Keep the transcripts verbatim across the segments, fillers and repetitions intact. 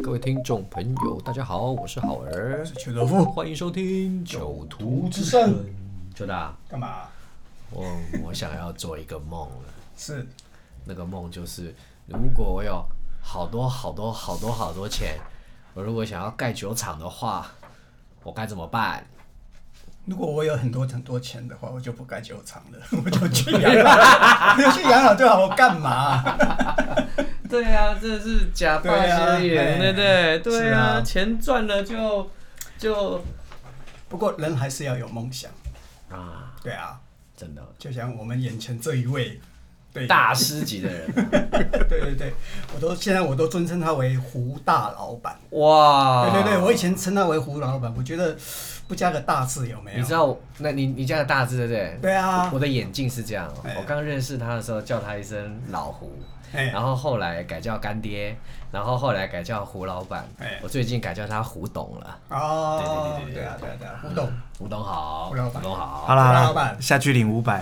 各位听众朋友，大家好，我是好儿， 我是邱德富， 欢迎收听《酒徒之声》。 邱大， 干嘛？ 我我想要做一个梦了， 是那个梦就是，如果我有好多好多好多好多钱，我如果想要盖酒厂的话，我该怎么办？ 如果我有很多很多钱的话，我就不盖酒厂了，我就去养老，我就去养老就好，我干嘛？ 对啊，这是假扮宣言，对不对？对啊， 啊钱赚了就就。 不过人还是要有梦想啊， 对啊， 真的， 就像我们眼前这一位，对大师级的人， 对对对，我都现在我都尊称他为胡大老板。 哇， 对对对，我以前称他为胡老板，我觉得不加个大字有没有？ 你知道，那你你加个大字对不对？ 对啊， 我, 我的眼镜是这样、喔， 哎、 我刚认識他的时候叫他一声老胡， 哎、 然后后来改叫干爹，然后后来改叫胡老板， 哎、 我最近改叫他胡董了。 哦， 对对对对对啊对啊对啊，胡董， 胡董好， 胡老板胡董好， 好啦， 老板下去领五百。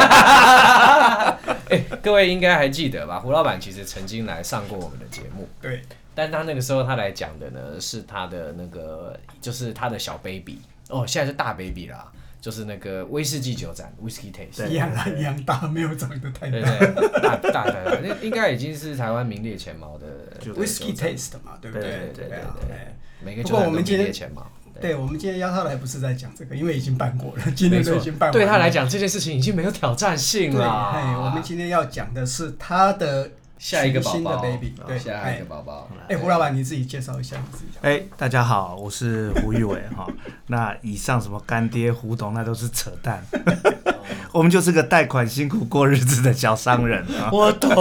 哎，各位应该还记得吧？胡老板其实曾经来上过我们的节目， 对， 但他那个时候他来讲的呢，是他的那个，就是他的小 baby 哦，现在是大 baby 啦。就是那个威士忌酒展 ，Whisky Taste， 一样啊，一样大，没有长得太大。 对对，大大大大，那应该已经是台湾名列前茅的 Whisky Taste 嘛，对不对？ 对对对对对，每个酒展都名列前茅。 对，我们今天邀他来不是在讲这个，因为已经办过了，今天都已经办完了。 对他来讲，这件事情已经没有挑战性了。 对，我们今天要讲的是他的下一个宝宝 ，baby， 对， 下一个宝宝。 哎，胡老板，你自己介绍一下你自己。 哎，大家好，我是胡玉伟哈。那以上什么干爹、胡董，那都是扯淡。我们就是个贷款辛苦过日子的小商人啊。 我懂。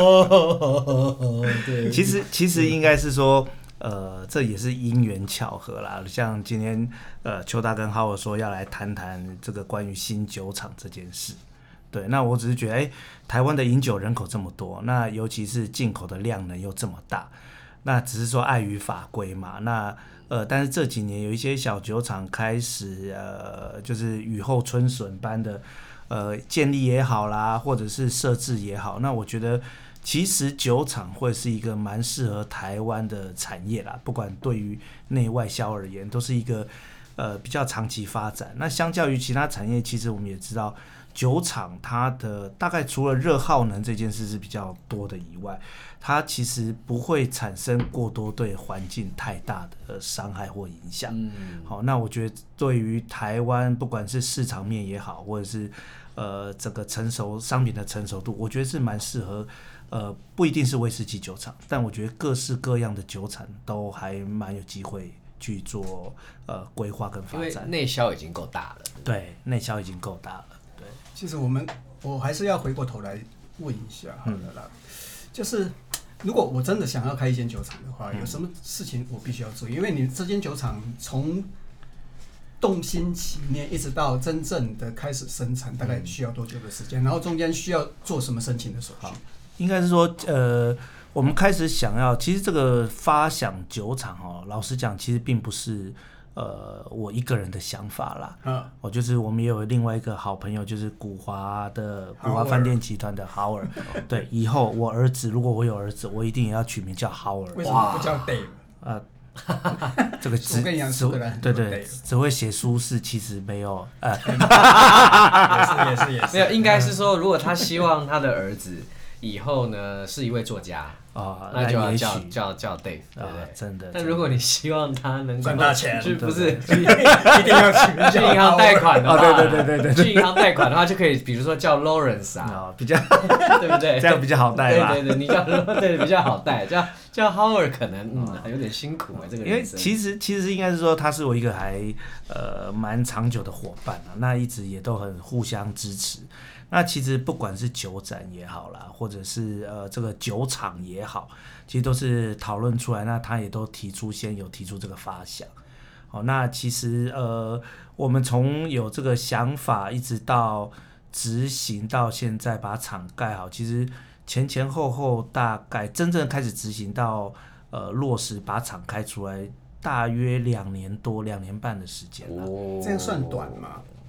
对， 其实其实应该是说，呃，这也是因缘巧合啦。像今天呃，邱大跟浩尔说要来谈谈这个关于新酒厂这件事。对，那我只是觉得，哎，台湾的饮酒人口这么多，那尤其是进口的量能又这么大，那只是说碍于法规嘛，那呃，但是这几年有一些小酒厂开始呃，就是雨后春笋般的呃建立也好啦，或者是设置也好，那我觉得其实酒厂会是一个蛮适合台湾的产业啦，不管对于内外销而言，都是一个呃比较长期发展。那相较于其他产业，其实我们也知道。酒厂它的大概除了热耗能这件事是比较多的以外，它其实不会产生过多对环境太大的伤害或影响。嗯，好，那我觉得对于台湾不管是市场面也好，或者是呃整个成熟商品的成熟度，我觉得是蛮适合。呃，不一定是威士忌酒厂，但我觉得各式各样的酒厂都还蛮有机会去做呃规划跟发展。 因为内销已经够大了。 对，内销已经够大了。 其实我们我还是要回过头来问一下好了啦，嗯、就是如果我真的想要开一间酒厂的话，嗯、有什么事情我必须要注意？因为你这间酒厂从动心起念一直到真正的开始生产，大概需要多久的时间？然后中间需要做什么申请的手续？ 应该是说，呃，我们开始想要，其实这个发想酒厂哦，老实讲，其实并不是。呃，我一个人的想法啦，嗯，我就是我们也有另外一个好朋友，就是古华的古华饭店集团的豪尔，对，以后我儿子如果我有儿子，我一定也要取名叫豪尔。 为什么不叫 Dave？ 呃，这个只跟你讲，苏格兰对对，只会写苏轼，其实没有，呃， 也是也是也是， 没有，应该是说，如果他希望他的儿子以后呢是一位作家。 哦， 那就要叫叫叫 Dave， 对不对？ 真的。 但如果你希望他能赚大钱， 就不是一定要去去银行贷款的话， 对对对对对， 去银行贷款的话就可以，比如说叫 Lawrence 啊， 比较对不对？ 这样比较好贷吧？ 对对对，你叫对比较好贷，叫叫 Howard 可能嗯有点辛苦哎，这个人生。 因为其实其实应该是说他是我一个还呃蛮长久的伙伴啊，那一直也都很互相支持。那其实不管是酒展也好啦，或者是呃这个酒厂也好，其实都是讨论出来。那他也都提出先有提出这个发想。好，那其实呃我们从有这个想法一直到执行到现在把厂盖好，其实前前后后大概真正开始执行到呃落实把厂开出来，大约两年多两年半的时间了。 哦，这样算短吗？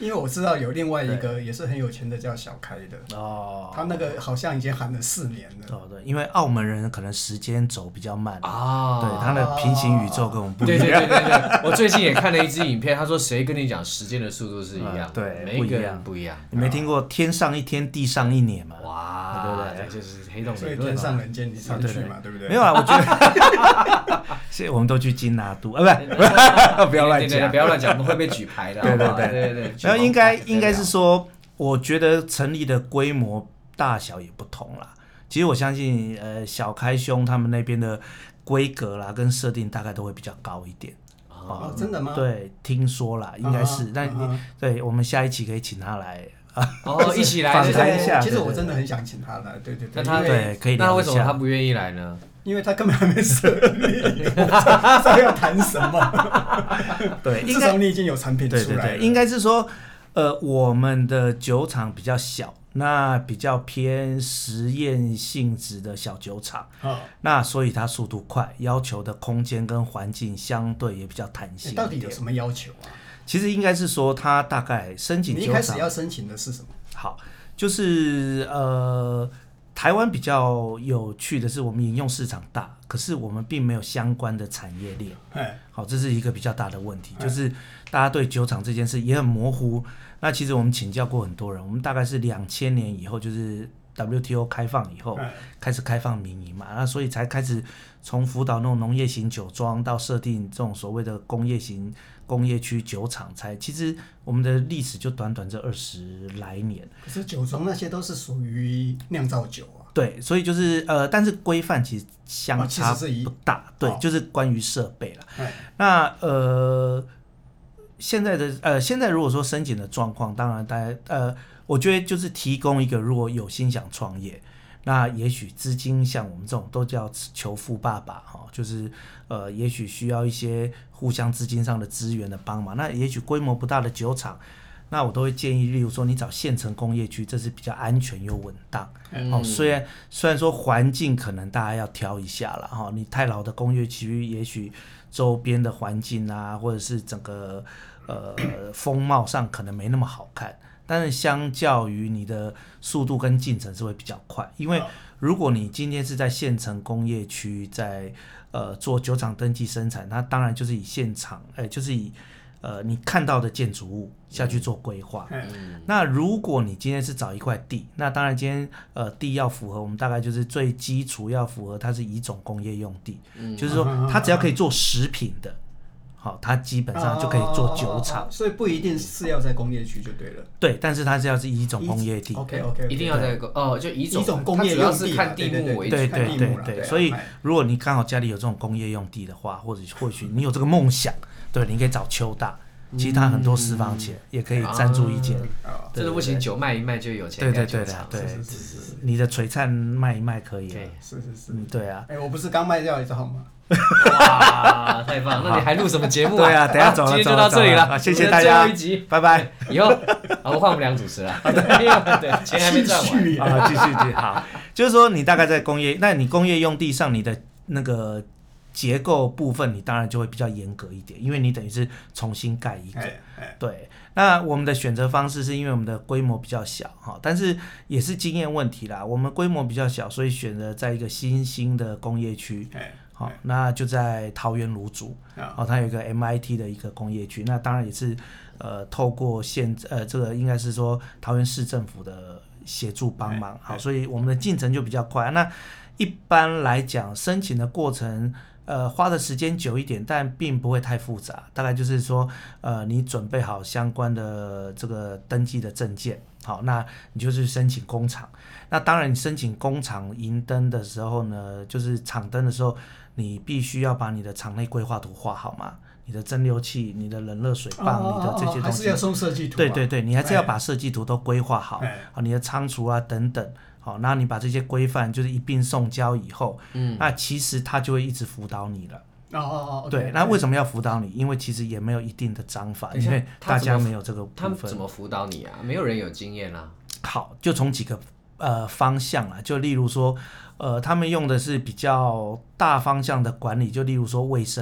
因为我知道有另外一个也是很有钱的叫小开的哦， 他那个好像已经喊了四年了。 哦，对，因为澳门人可能时间轴比较慢啊， 对，他的平行宇宙跟我们不一样。 对对对对对，我最近也看了一支影片，他说谁跟你讲时间的速度是一样的， 嗯对， 每一个人不一样。 你没听过天上一天，地上一年吗？ 哇， 对不对？ 这就是黑洞所以理论嘛。 天上人间你上去嘛，对不对？ 没有啊，我觉得现在我们都去金拿督，啊，不，不要乱讲， 不要乱讲，我们会被举牌的。 对对对对对， 然后应该应该是说，我觉得成立的规模大小也不同啦。其实我相信，呃，小开兄他们那边的规格啦跟设定大概都会比较高一点。 哦，真的吗？ 对，听说啦，应该是。那对，我们下一期可以请他来。 哦，一起来访谈一下。 其实我真的很想请他来，对对对。 那他对可以。 那为什么他不愿意来呢？ 因为他根本还没设立，我不知道要谈什么。 对， 至少你已经有产品出来了。 对对对，应该是说，呃，我们的酒厂比较小，那比较偏实验性质的小酒厂，哦、那所以它速度快，要求的空间跟环境相对也比较弹性。 到底有什么要求啊？ 其实应该是说，它大概申请酒厂， 你一开始要申请的是什么？ 好，就是呃。台湾比较有趣的是，我们饮用市场大，可是我们并没有相关的产业链。好，这是一个比较大的问题，就是大家对酒厂这件事也很模糊。那其实我们请教过很多人，我们大概是两千年以后，就是 W T O 开放以后，开始开放民营嘛，那所以才开始从辅导那种农业型酒庄到设定这种所谓的工业型工业区酒厂，才其实我们的历史就短短这二十来年。 可是酒庄那些都是属于酿造酒啊。 对，所以就是呃，但是规范其实相差不大，哦、对，哦、就是关于设备啦。那呃，现在的呃，现在如果说申请的状况，当然大家呃，我觉得就是提供一个，如果有心想创业，那也许资金像我们这种都叫求富爸爸哈、哦，就是呃，也许需要一些互相资金上的资源的帮忙。那也许规模不大的酒厂。那我都会建议，例如说你找县城工业区，这是比较安全又稳当。嗯、哦，虽然虽然说环境可能大家要挑一下啦，哈、哦，你太老的工业区，也许周边的环境啊，或者是整个呃风貌上可能没那么好看，但是相较于你的速度跟进程是会比较快，因为如果你今天是在县城工业区在呃做酒厂登记生产，那当然就是以现场，哎、欸，就是以呃，你看到的建筑物下去做规划。嗯，那如果你今天是找一块地，那当然今天呃地要符合我们大概就是最基础要符合它是乙种工业用地，嗯、就是说它只要可以做食品的，好，它基本上就可以做酒厂。 哦哦哦哦哦所以不一定是要在工业区就对了。 对，但是它是要是乙种工业地。 OK OK， 一定要在哦，就乙种乙种工业用地， 主要是看地目为主。 对对对对，所以如果你刚好家里有这种工业用地的话，或者或许你有这个梦想。对，你可以找邱大，其他很多私房钱、嗯、也可以赞助一间。 真的不行，酒卖一卖就有钱。 对对对对对，是是是，你的璀璨卖一卖可以。 对，是是是， 嗯，对啊。 哎、欸，我不是刚卖掉一张吗？ 哇，太棒了！那你还录什么节目啊？ 对啊，等一下走了， 今天就到这里了， 了谢谢大家， 最后一集， 拜拜。 以后啊，我换我们两个主持了。对，钱还没赚完啊，继续继续。好，就是说你大概在工业，那你工业用地上你的那个。结构部分你当然就会比较严格一点，因为你等于是重新盖一个。对，那我们的选择方式是因为我们的规模比较小，但是也是经验问题啦。我们规模比较小，所以选择在一个新兴的工业区，好，那就在桃园芦竹，哦，它有一个 M I T 的一个工业区，那当然也是呃透过县呃这个应该是说桃园市政府的协助帮忙，好，所以我们的进程就比较快。那一般来讲，申请的过程。呃，花的时间久一点，但并不会太复杂。大概就是说，呃，你准备好相关的这个登记的证件，好，那你就去申请工厂。那当然，你申请工厂营登的时候呢，就是厂登的时候，你必须要把你的厂内规划图画好嘛，你的蒸馏器、你的冷热水棒、哦、你的这些东西， 还是要送设计图、啊。 对对对，你还是要把设计图都规划好，好，你的仓储啊等等。好，那你把这些规范就是一并送交以后，嗯，那其实他就会一直辅导你了。 哦哦哦， 对， okay, 那为什么要辅導你？因为其實也沒有一定的章法，因為大家沒有這個部分。 他們怎麼輔導你啊？沒有人有經驗啊。 好，就從幾個呃方向啦，就例如說，呃，他們用的是比較大方向的管理，就例如說衛生，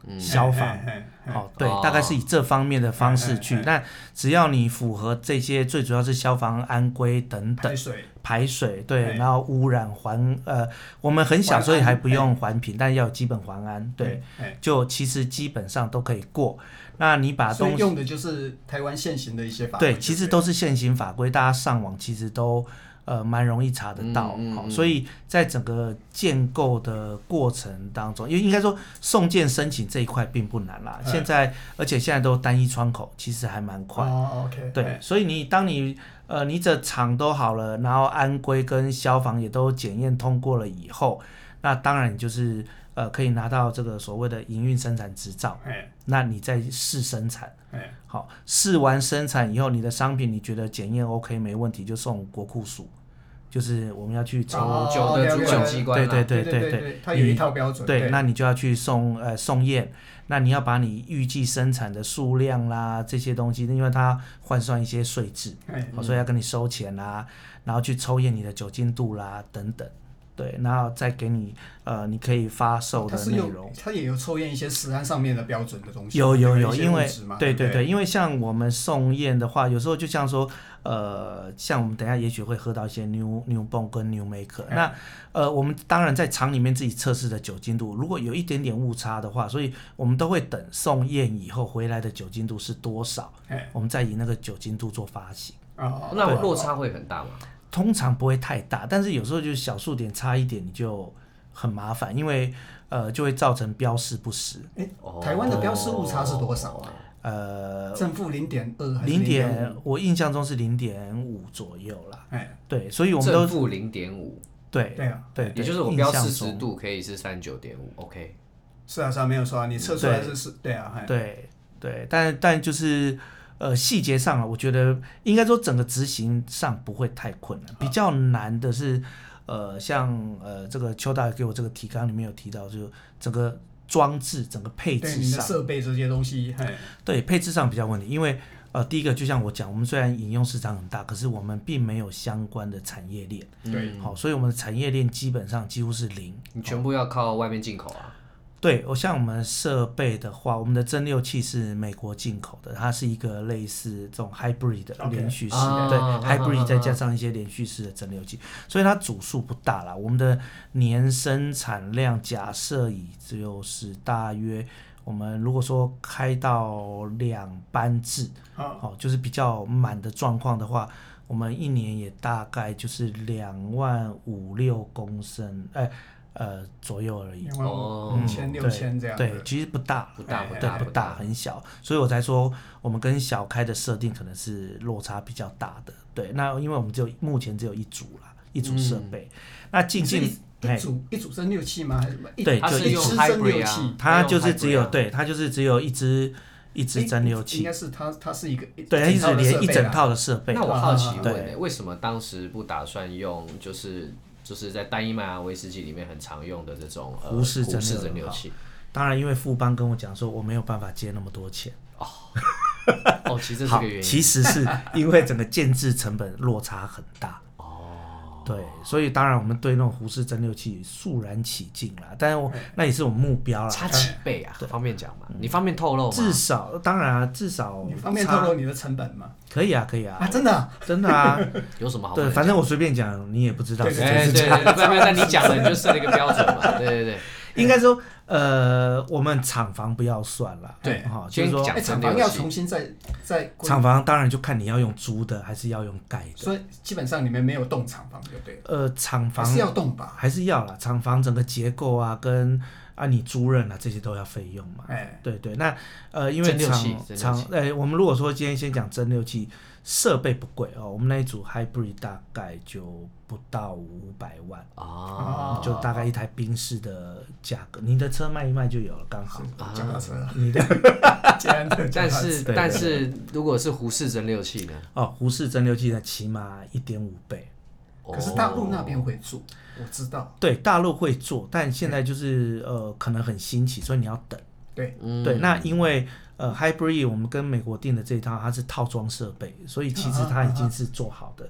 消防，哦，对，大概是以这方面的方式去。那只要你符合这些，最主要是消防安规等等， 排水， 排水，对，然后污染环，呃，我们很小，所以还不用环评，但要有基本环安，对，就其实基本上都可以过。那你把东西所以用的就是台湾现行的一些法规， 对， 对，其实都是现行法规，大家上网其实都。呃，蛮容易查得到， 嗯嗯嗯， 所以在整个建构的过程当中，因为应该说送件申请这一块并不难啦。嗯、现在，而且现在都单一窗口，其实还蛮快。 哦 ，OK。 对，所以你当你呃你这厂都好了，然后安规跟消防也都检验通过了以后，那当然你就是呃可以拿到这个所谓的营运生产执照。那你再试生产。好，试完生产以后，你的商品你觉得检验 OK 没问题，就送国库署，就是我们要去抽酒的主管机关， 对对对对对， 它有一套标准， 对，那你就要去送呃送验，那你要把你预计生产的数量啦这些东西，因为它换算一些税制，嗯、所以要跟你收钱啦，然后去抽验你的酒精度啦等等。对，然后再给你呃，你可以发售的内容。 它也有抽验一些食安上面的标准的东西。 有有有，因为对对对，因为像我们送验的话，有时候就像说，呃，像我们等一下也许会喝到一些 New New Bond 跟 New Maker，、嗯、那呃，我们当然在厂里面自己测试的酒精度，如果有一点点误差的话，所以我们都会等送验以后回来的酒精度是多少，嗯、我们再以那个酒精度做发行。 哦，那落差会很大吗？ 通常不会太大，但是有时候就是小数点差一点，你就很麻烦，因为呃就会造成标示不实。 欸、台湾的标示误差是多少啊？ 呃， 正负零点二还是零点？我印象中是零点五左右啦。哎、欸，对，所以我们都正负零点五。 对对啊， 对， 也就是我标示十度可以是三十九点五 ，OK。 是啊是啊，没有错啊，你测出来是是，对啊， 对对，但但就是。呃，细节上啊，我觉得应该说整个执行上不会太困难，比较难的是，呃，像呃这个邱大给我这个提纲里面有提到，就整个装置、整个配置上， 对你的设备这些东西， 对配置上比较问题，因为呃第一个就像我讲，我们虽然引用市场很大，可是我们并没有相关的产业链， 对， 好、哦，所以我们的产业链基本上几乎是零， 你全部要靠外面进口啊。 对，我像我们设备的话，我们的蒸馏器是美国进口的，它是一个类似这种 hybrid 的连续式， okay. 对、 啊、 hybrid 啊、 再加上一些连续式的蒸馏器，所以它组数不大啦。我们的年生产量假设以就是大约，我们如果说开到两班制，哦，就是比较满的状况的话，我们一年也大概就是两万五六公升，哎。呃，左右而已， 哦，五千六千这样， 对，其实不大， 不大， 不大，不大，很小，所以我才说我们跟小开的设定可能是落差比较大的，对，那因为我们只有目前只有一组啦，一组设备，嗯、那进进一组一组蒸馏器吗？还是什么？ 对， 就一支蒸馏器， 它就是只有对，它就是只有一支一支蒸馏器， 应该是它它是一个对，它一直连一整套的设备。 那我好奇问、欸，为什么当时不打算用就是？就是在单一麦芽威士忌里面很常用的这种壶式蒸馏器， 当然因为富邦跟我讲说我没有办法接那么多钱哦，哦，其实这是个原因， 其实是因为整个建制成本落差很大哦， 对，所以当然我们对那种壶式蒸馏器肃然起敬啦，但是我那也是我们目标啦， 差几倍啊？方便讲吗？你方便透露吗？ 至少当然啊，至少你方便透露你的成本吗？ 可以啊，可以啊， 啊，真的、啊， 真的啊， 有什么好？ 对，反正我随便讲，你也不知道是真是假。对对对，不然那你讲了你就设了一个标准嘛。对对对， 应该说，呃，我们厂房不要算了， 对哈，就是说， 哎，厂房要重新再再。 厂房当然就看你要用租的还是要用盖的， 所以基本上你们没有动厂房，对不对？ 呃，厂房还是要动吧， 还是要啦，厂房整个结构啊跟。啊，你租赁啊，这些都要费用嘛？哎、欸，对对，那呃，因为厂厂，哎、欸，我们如果说今天先讲蒸馏器，设备不贵哦，我们那一组 hybrid 大概就不到五百万哦， 就大概一台宾士的价格，你的车卖一卖就有了，刚好。 脚踏车， 你的， 但是但是如果是壶式蒸馏器呢？ 哦，壶式蒸馏器呢，起码一点五倍。 可是大陆那边会做，我知道。 对，大陆会做，但现在就是呃，可能很新奇，所以你要等。 对， 嗯、 对，那因为呃 ，Hybrid 我们跟美国订的这一套，它是套装设备，所以其实它已经是做好的。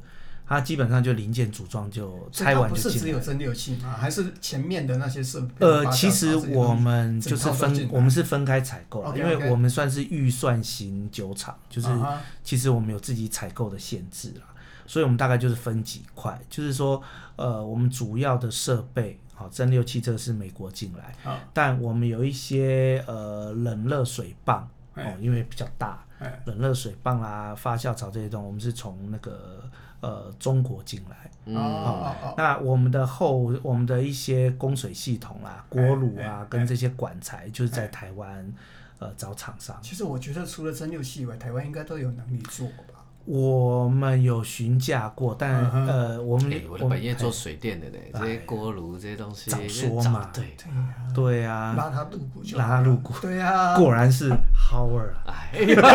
它基本上就零件组装就拆完就进来了。 不是只有蒸馏器吗？还是前面的那些设备？ 呃，其实我们就是分，我们是分开采购， okay, 因为我们算是预算型酒厂，就是其实我们有自己采购的限制啦，所以我们大概就是分几块，就是说，呃，我们主要的设备，好，蒸馏器这个是美国进来，但我们有一些呃冷热水棒，哦，因为比较大，冷热水棒啦、发酵槽这些东西，我们是从那个。呃，中国进来， 嗯哦哦，那我们的后，我们的一些供水系统啦、锅炉啊，跟这些管材，就是在台湾，呃，找厂商。 其实我觉得除了蒸馏器以外，台湾应该都有能力做吧。 我们有询价过，但、嗯、呃，我们、 欸、我的本业做水电的呢，这些锅炉这些东西， 早说嘛， 对对呀、啊， 对啊， 拉他入股就拉他入股， 对啊， 果然是 Howard 哎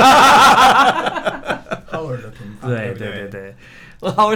，Howard 的平方， 对对对对。 Howard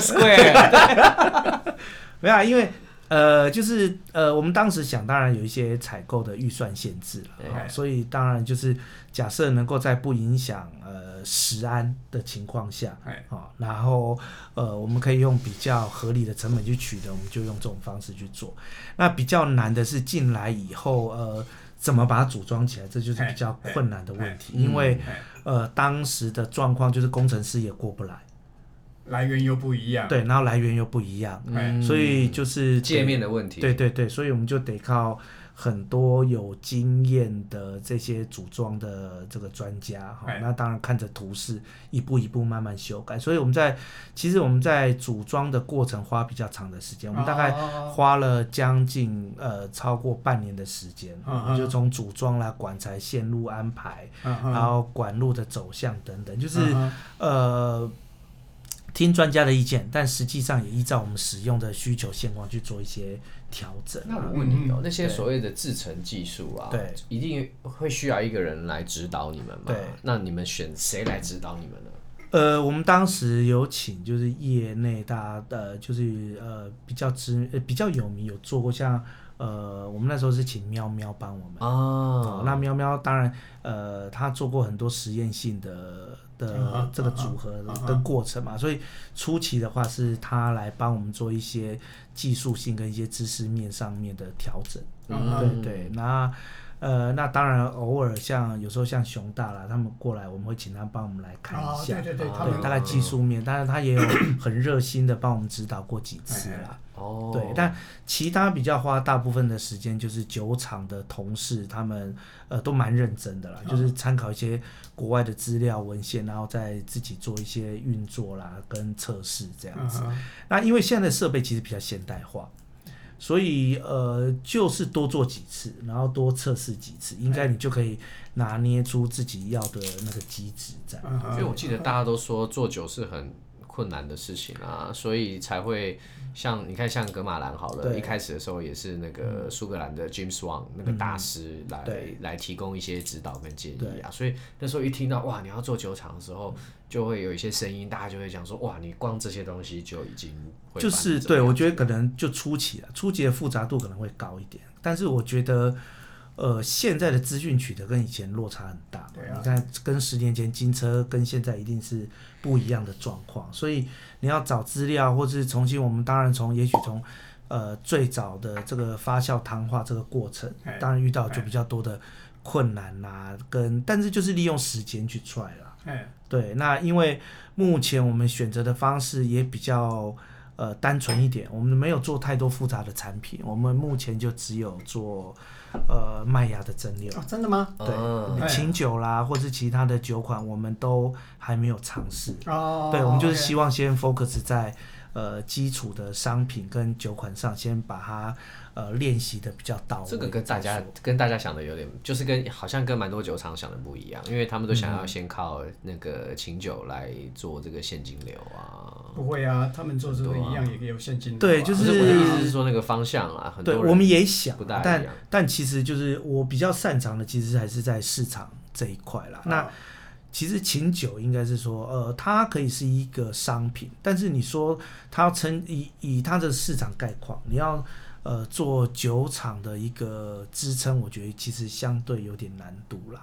Square 没有、啊，因为呃，就是呃，我们当时想，当然有一些采购的预算限制了、哦，所以当然就是假设能够在不影响呃食安的情况下，哦，然后呃，我们可以用比较合理的成本去取得，我们就用这种方式去做。那比较难的是进来以后，呃，怎么把它组装起来，这就是比较困难的问题，因为呃，当时的状况就是工程师也过不来。 来源又不一样， 对，然后来源又不一样，嗯、所以就是界面的问题。 对对对，所以我们就得靠很多有经验的这些组装的这个专家哈，那当然看着图示一步一步慢慢修改。所以我们在其实我们在组装的过程花比较长的时间，我们大概花了将近呃超过半年的时间，哦、就从组装啦、管材、线路安排，然后管路的走向等等，就是呃。听专家的意见，但实际上也依照我们使用的需求现况去做一些调整。 那我问你哦，那些所谓的制程技术啊， 对， 一定会需要一个人来指导你们吗？ 对， 那你们选谁来指导你们呢？ 呃，我们当时有请就是业内大家呃，就是呃比较知呃比较有名有做过像呃，我们那时候是请喵喵帮我们哦、 呃，那喵喵当然呃他做过很多实验性的。的这个组合跟过程嘛，所以初期的话是他来帮我们做一些技术性跟一些知识面上面的调整，嗯、对对，那呃那当然偶尔像有时候像熊大啦，他们过来我们会请他帮我们来看一下， 哦、对对对， 对大概技术面，当然他也有很热心的帮我们指导过几次啦。 哦， 对，但其他比较花大部分的时间就是酒厂的同事，他们呃都蛮认真的啦，哦、就是参考一些国外的资料文献，然后再自己做一些运作啦跟测试这样子。嗯、那因为现在的设备其实比较现代化，所以呃就是多做几次，然后多测试几次，应该你就可以拿捏出自己要的那个机制在。 嗯、因为我记得大家都说做酒是很困难的事情啊，所以才会像你看像格马兰好了，一开始的时候也是那个苏格兰的 James Wang 那个大师来、嗯、来提供一些指导跟建议啊，所以那时候一听到哇你要做酒厂的时候，就会有一些声音，大家就会讲说哇你光这些东西就已经会就是对我觉得可能就初期了，初期的复杂度可能会高一点，但是我觉得。呃，现在的资讯取得跟以前落差很大嘛， 对啊， 你看跟十年前金车跟现在一定是不一样的状况，所以你要找资料或是重新，我们当然从也许从呃最早的这个发酵糖化这个过程，当然遇到就比较多的困难啦、啊，跟但是就是利用时间去 try 啦，对，那因为目前我们选择的方式也比较。呃，单纯一点，我们没有做太多复杂的产品，我们目前就只有做呃麦芽的蒸馏、 哦。真的吗？ 对，嗯、清酒啦，或是其他的酒款，我们都还没有尝试。哦，对，我们就是希望先 focus 在呃基础的商品跟酒款上，先把它呃练习的比较到位。 这个跟大家跟大家想的有点，就是跟好像跟蛮多酒厂想的不一样，因为他们都想要先靠那个清酒来做这个现金流啊。 不会啊，他们做这个一样也有现金流、啊。 对，就是我的意思是说那个方向啊，很多人对，我们也想， 不大一样但但其实就是我比较擅长的，其实还是在市场这一块啦。啊、那其实琴酒应该是说，呃，它可以是一个商品，但是你说它要成以以它的市场概况，你要呃做酒厂的一个支撑，我觉得其实相对有点难度啦。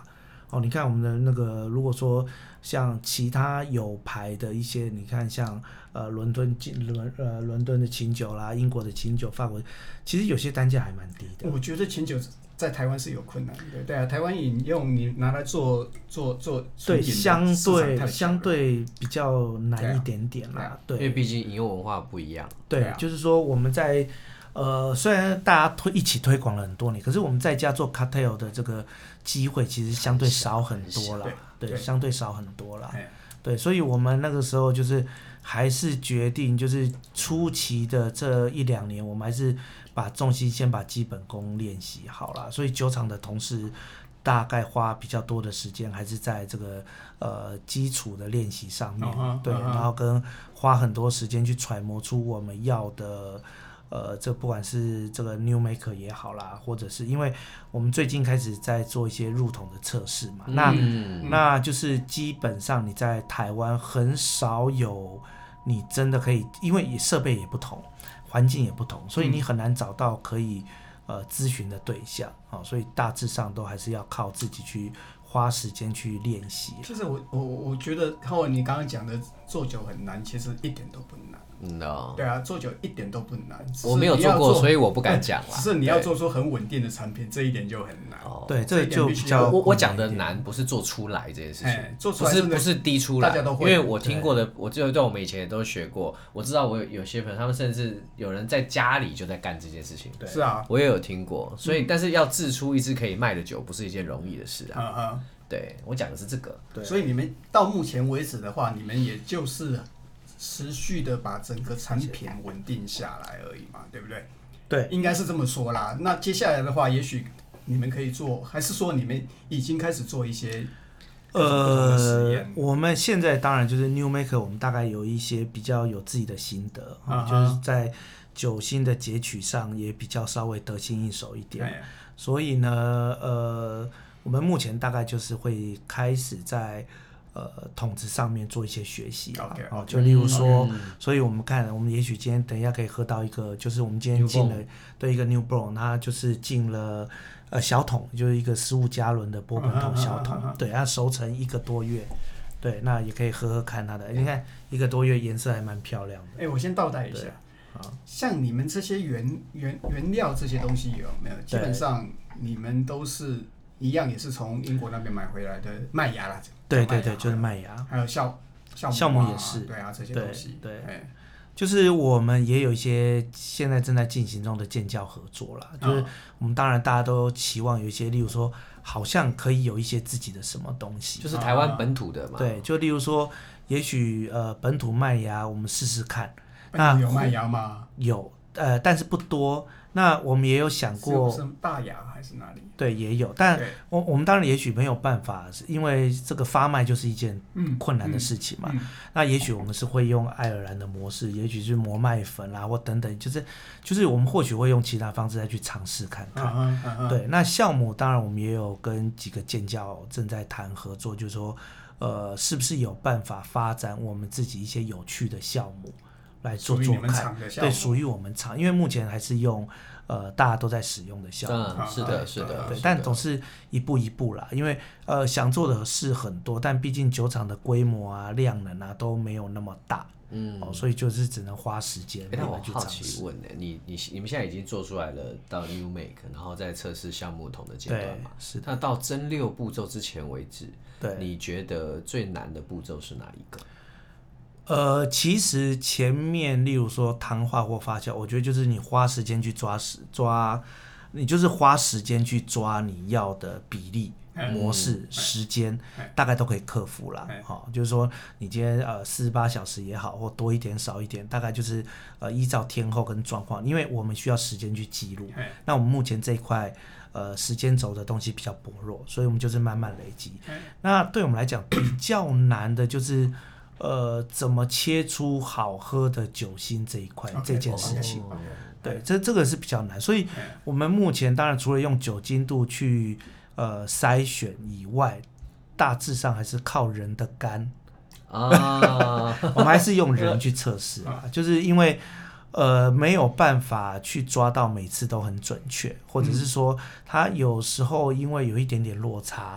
哦，你看我们的那个，如果说像其他有牌的一些，你看像呃伦敦伦呃伦敦的琴酒啦，英国的琴酒，法国，其实有些单价还蛮低的。 我觉得琴酒在台湾是有困难的，对啊，台湾饮用你拿来做做做， 对，相对相对比较难一点点啦，对， 因为毕竟饮用文化不一样。 对，啊、就是说我们在呃虽然大家推一起推广了很多年，可是我们在家做 cocktail 的这个机会其实相对少很多啦，对，对，相对少很多啦，对，所以我们那个时候就是还是决定，就是初期的这一两年，我们还是把重心先把基本功练习好啦，所以酒厂的同事大概花比较多的时间还是在这个呃基础的练习上面， uh-huh, 对， uh-huh. 然后跟花很多时间去揣摩出我们要的。呃，这不管是这个 new maker 也好啦，或者是因为我们最近开始在做一些入桶的测试嘛，嗯、那、嗯、那就是基本上你在台湾很少有你真的可以，因为设备也不同，环境也不同，所以你很难找到可以呃咨询的对象啊、哦，所以大致上都还是要靠自己去花时间去练习。 其实我我我觉得，浩文你刚刚讲的做酒很难，其实一点都不难。 No. 对啊，做酒一点都不难。 我没有做过，所以我不敢讲啦。 只是你要做出很稳定的产品，这一点就很难。 对，这就比较我我讲的难不是做出来这件事情， 做出来不是不是滴出来， 大家都会。 因为我听过的，我就对我们以前也都学过，我知道我有有些朋友，他们甚至有人在家里就在干这件事情。 对，是啊， 我也有听过。所以，嗯、但是要制出一支可以卖的酒，不是一件容易的事啊。嗯嗯，对我讲的是这个。 对，所以你们到目前为止的话，你们也就是。持续的把整个产品稳定下来而已嘛，对不对？ 对， 应该是这么说啦。那接下来的话，也许你们可以做，还是说你们已经开始做一些呃，我们现在当然就是 New Maker， 我们大概有一些比较有自己的心得，啊、就是在酒精的截取上也比较稍微得心应手一点。所以呢，呃，我们目前大概就是会开始在。呃，桶子上面做一些学习啊， okay, okay, 哦，就例如说，嗯、所以我们看，我们也许今天等一下可以喝到一个，就是我们今天进了对一个 New Brown， 它就是进了呃小桶，就是一个十五加仑的波本桶小桶，啊啊啊啊对，它熟成一个多月，对，那也可以喝喝看它的，你看一个多月颜色还蛮漂亮的。 哎、欸，我先倒带一下，像你们这些原原原料这些东西有没有？基本上你们都是一样，也是从英国那边买回来的麦芽啦。 对对对，就是麦芽， 还有酵酵母、啊、 酵母也是， 对啊，这些东西， 对，对就是我们也有一些现在正在进行中的建教合作啦， 哦、 就是我们当然大家都期望有一些，例如说，好像可以有一些自己的什么东西， 就是台湾本土的嘛， 对，就例如说，也许呃本土麦芽我们试试看， 那有麦芽吗？ 有，呃，但是不多。那我们也有想过， 是大雅还是哪里？ 对，也有，但我我们当然也许没有办法，因为这个发麦就是一件困难的事情嘛。嗯嗯嗯、那也许我们是会用爱尔兰的模式，也许是磨麦粉啦，或等等，就是就是我们或许会用其他方式再去尝试看看。Uh-huh, uh-huh. 对，那酵母当然我们也有跟几个建教正在谈合作，就是说，呃，是不是有办法发展我们自己一些有趣的酵母？来做做看，对，属于我们厂，因为目前还是用呃大家都在使用的酵母、 嗯，是的，是的， 对，但总是一步一步啦，因为呃想做的事很多，但毕竟酒厂的规模啊、量能啊都没有那么大，嗯，哦，所以就是只能花时间。 哎、欸，那我好奇问呢，你你你们现在已经做出来了到 New Make， 然后再测试橡木桶的阶段嘛？ 是的。 那到蒸馏步骤之前为止， 对， 你觉得最难的步骤是哪一个？ 呃，其实前面例如说糖化或发酵，我觉得就是你花时间去抓时抓，你就是花时间去抓你要的比例、嗯、模式、嗯、时间、嗯，大概都可以克服啦。好、嗯哦，就是说你今天呃四十八小时也好，或多一点少一点，大概就是呃依照天候跟状况，因为我们需要时间去记录、嗯。那我们目前这一块呃时间轴的东西比较薄弱，所以我们就是慢慢累积。嗯、那对我们来讲比较难的就是。呃，怎么切出好喝的酒心这一块、okay, 这件事情， okay, okay, 对，这这个是比较难，所以我们目前当然除了用酒精度去呃筛选以外，大致上还是靠人的肝啊，我们还是用人去测试啊，就是因为呃没有办法去抓到每次都很准确，或者是说它有时候因为有一点点落差。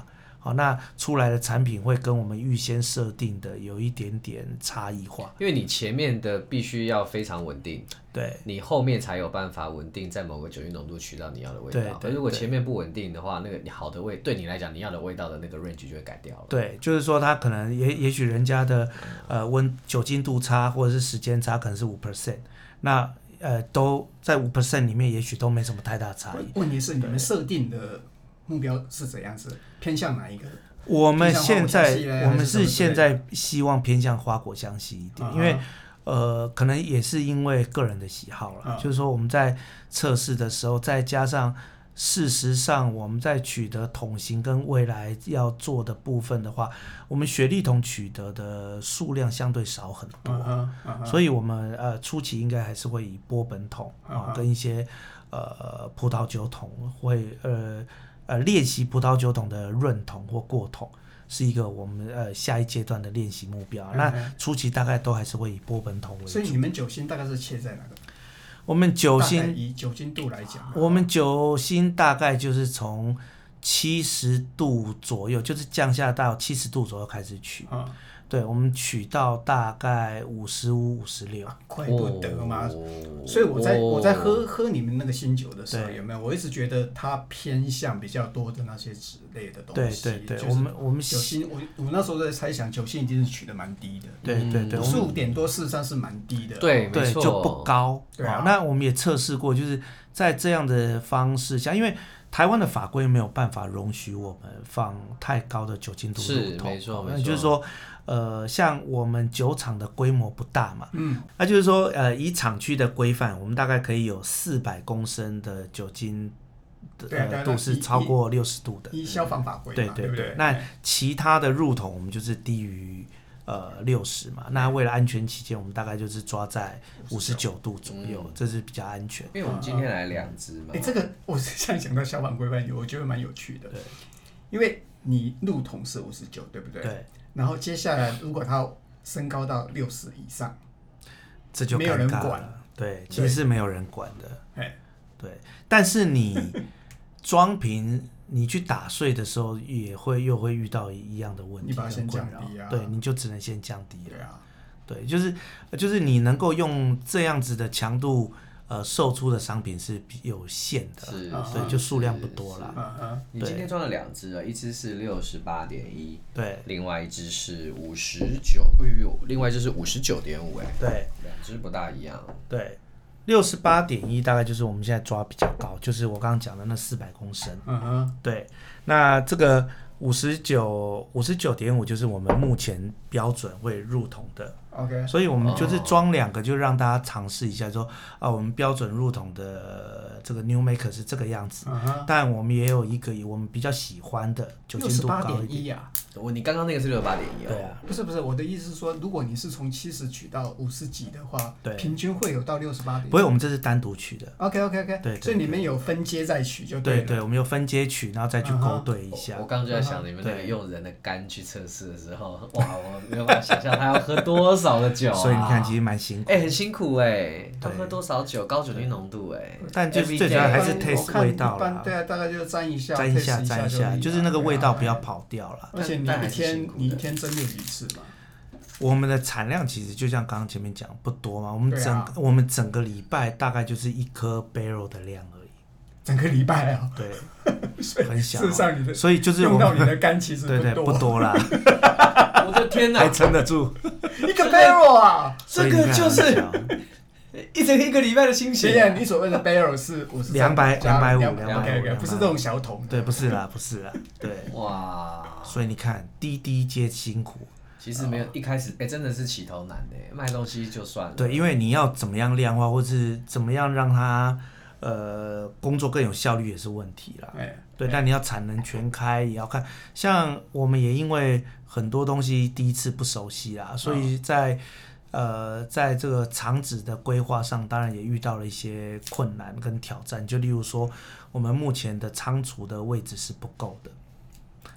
好，那出来的产品会跟我们预先设定的有一点点差异化， 因为你前面的必须要非常稳定， 对， 你后面才有办法稳定在某个酒精浓度取到你要的味道。 对对如果前面不稳定的话，那个你好的味对你来讲，你要的味道的那个 range 就会改掉了。 对，就是说它可能也也许人家的呃温酒精度差或者是时间差可能是五 percent， 那呃都在五 percent 里面，也许都没什么太大差异。 问题是你们设定的目标是怎样子？偏向哪一个？ 我们现在我们是现在在希望偏向花果香系一点， 啊、 因为呃可能也是因为个人的喜好啦、啊、就是说我们在测试的时候，再加上事实上我们在取得桶型跟未来要做的部分的话，我们雪莉桶取得的数量相对少很多，啊啊、所以我们呃初期应该还是会以波本桶啊、跟一些呃葡萄酒桶会呃。呃，练习葡萄酒桶的润桶或过桶是一个我们呃下一阶段的练习目标。嗯、那初期大概都还是会以波本桶为主。 所以你们酒心大概是切在哪个？ 我们酒心以酒精度来讲， 我们酒心大概就是从七十度左右，就是降下到七十度左右开始取。嗯对，我们取到大概五十五、五十六， 怪不得嘛。哦、所以我在、哦、我在喝喝你们那个新酒的时候，有没有？我一直觉得它偏向比较多的那些酯类的东西。 对对对， 就是、 我们我们酒精，我我那时候在猜想，酒精一定是取的蛮低的。 对对对， 五十五点多，事实上是蛮低的。 对， 对，就不高。 对啊， 那我们也测试过，就是在这样的方式下，因为台湾的法规没有办法容许我们放太高的酒精度入桶， 是没错没错， 就是说。呃，像我们酒厂的规模不大嘛，嗯，那就是说，呃，以厂区的规范，我们大概可以有四百公升的酒精的、呃、度是超过六十度的， 依消防法规嘛， 对对对, 对, 对。 那其他的入桶我们就是低于呃六十嘛，那为了安全起见，我们大概就是抓在五十九度左右，嗯、这是比较安全。 因为我们今天来两支嘛， 哎、欸，这个我现在讲到消防规范，我觉得蛮有趣的，对，因为你入桶是五十九，对不对？对。然后接下来，如果它升高到六十以上， 这就没有人管。 对，其实是没有人管的。对，但是你装瓶，你去打碎的时候，也会又会遇到一样的问题。 你把它先降低啊。 对，你就只能先降低了。 对啊。 对，就是就是你能够用这样子的强度。呃，售出的商品是有限的， 是， 对，就数量不多啦。 你今天装了两支啊，一支是六十八点一， 对， 另外一支是五十九，哎呦，另外一支是五十九点五，哎， 对， 两支不大一样。 对，六十八点一大概就是我们现在抓比较高，就是我刚刚讲的那四百公升。嗯哼，对，那这个五十九五十九点五就是我们目前标准会入桶的。 OK， 所以我们就是装两个，就让大家尝试一下说，说啊，我们标准入桶的这个 New Maker 是这个样子， uh-huh. 但我们也有一个我们比较喜欢的酒精度高一点。 啊， 我你刚刚那个是六十八点一， 对啊， 不是不是，我的意思是说，如果你是从七十取到五十几的话，对，平均会有到六十八点一。 不会，我们这是单独取的。 OK OK OK， 对， 所以你们有分阶再取就对了。 对对，我们有分阶取，然后再去勾兑一下。 Uh-huh. 我刚刚就在想，你们那个用人的肝去测试的时候，哇，我没有办法想象他要喝多少的酒啊。 所以你看，其实蛮辛苦。 哎、欸，很辛苦哎、欸，他喝多少酒，高酒精浓度哎、欸。 但就是最主要还是 taste 味道啦。 对啊，大概就沾一下， 沾一下，沾一下，就是那个味道不要跑掉了。 而且你一天你一天蒸馏几次嘛？ 我们的产量其实就像刚刚前面讲不多嘛，我们整、啊、我们整个礼拜大概就是一颗 barrel 的量而已。 整个礼拜啊？ 对，很小。 事实上你的， 所以就是用到你的肝其实不多， 对对不多啦。 我的天哪， 还撑得住一个 barrel 啊！ 这个就是一整一个礼拜的心血。 你所谓的 barrel 是五十两百两百五两百五，不是这种小桶。 对，不是啦，不是啦。对， 哇！ 所以你看，滴滴皆辛苦。 其实没有一开始，哎、欸，真的是起头难的，卖东西就算了。 对，因为你要怎么样量化，或是怎么样让它呃工作更有效率也是问题啦。欸、对，但你要产能全开也要看，像我们也因为很多东西第一次不熟悉啦，所以在、嗯、呃在这个厂址的规划上，当然也遇到了一些困难跟挑战。就例如说，我们目前的仓储的位置是不够的。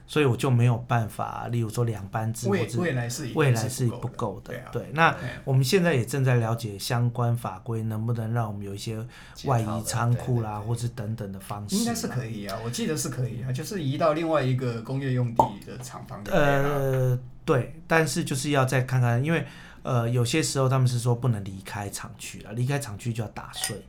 所以我就没有办法，例如说两班制， 未未来是未来是不够的。对, 啊、对，那我们现在也正在了解相关法规，能不能让我们有一些外移仓库啦，或是等等的方式。 应该是可以啊，我记得是可以啊，就是移到另外一个工业用地的厂房。 呃，对，但是就是要再看看，因为呃有些时候他们是说不能离开厂区了，离开厂区就要打税。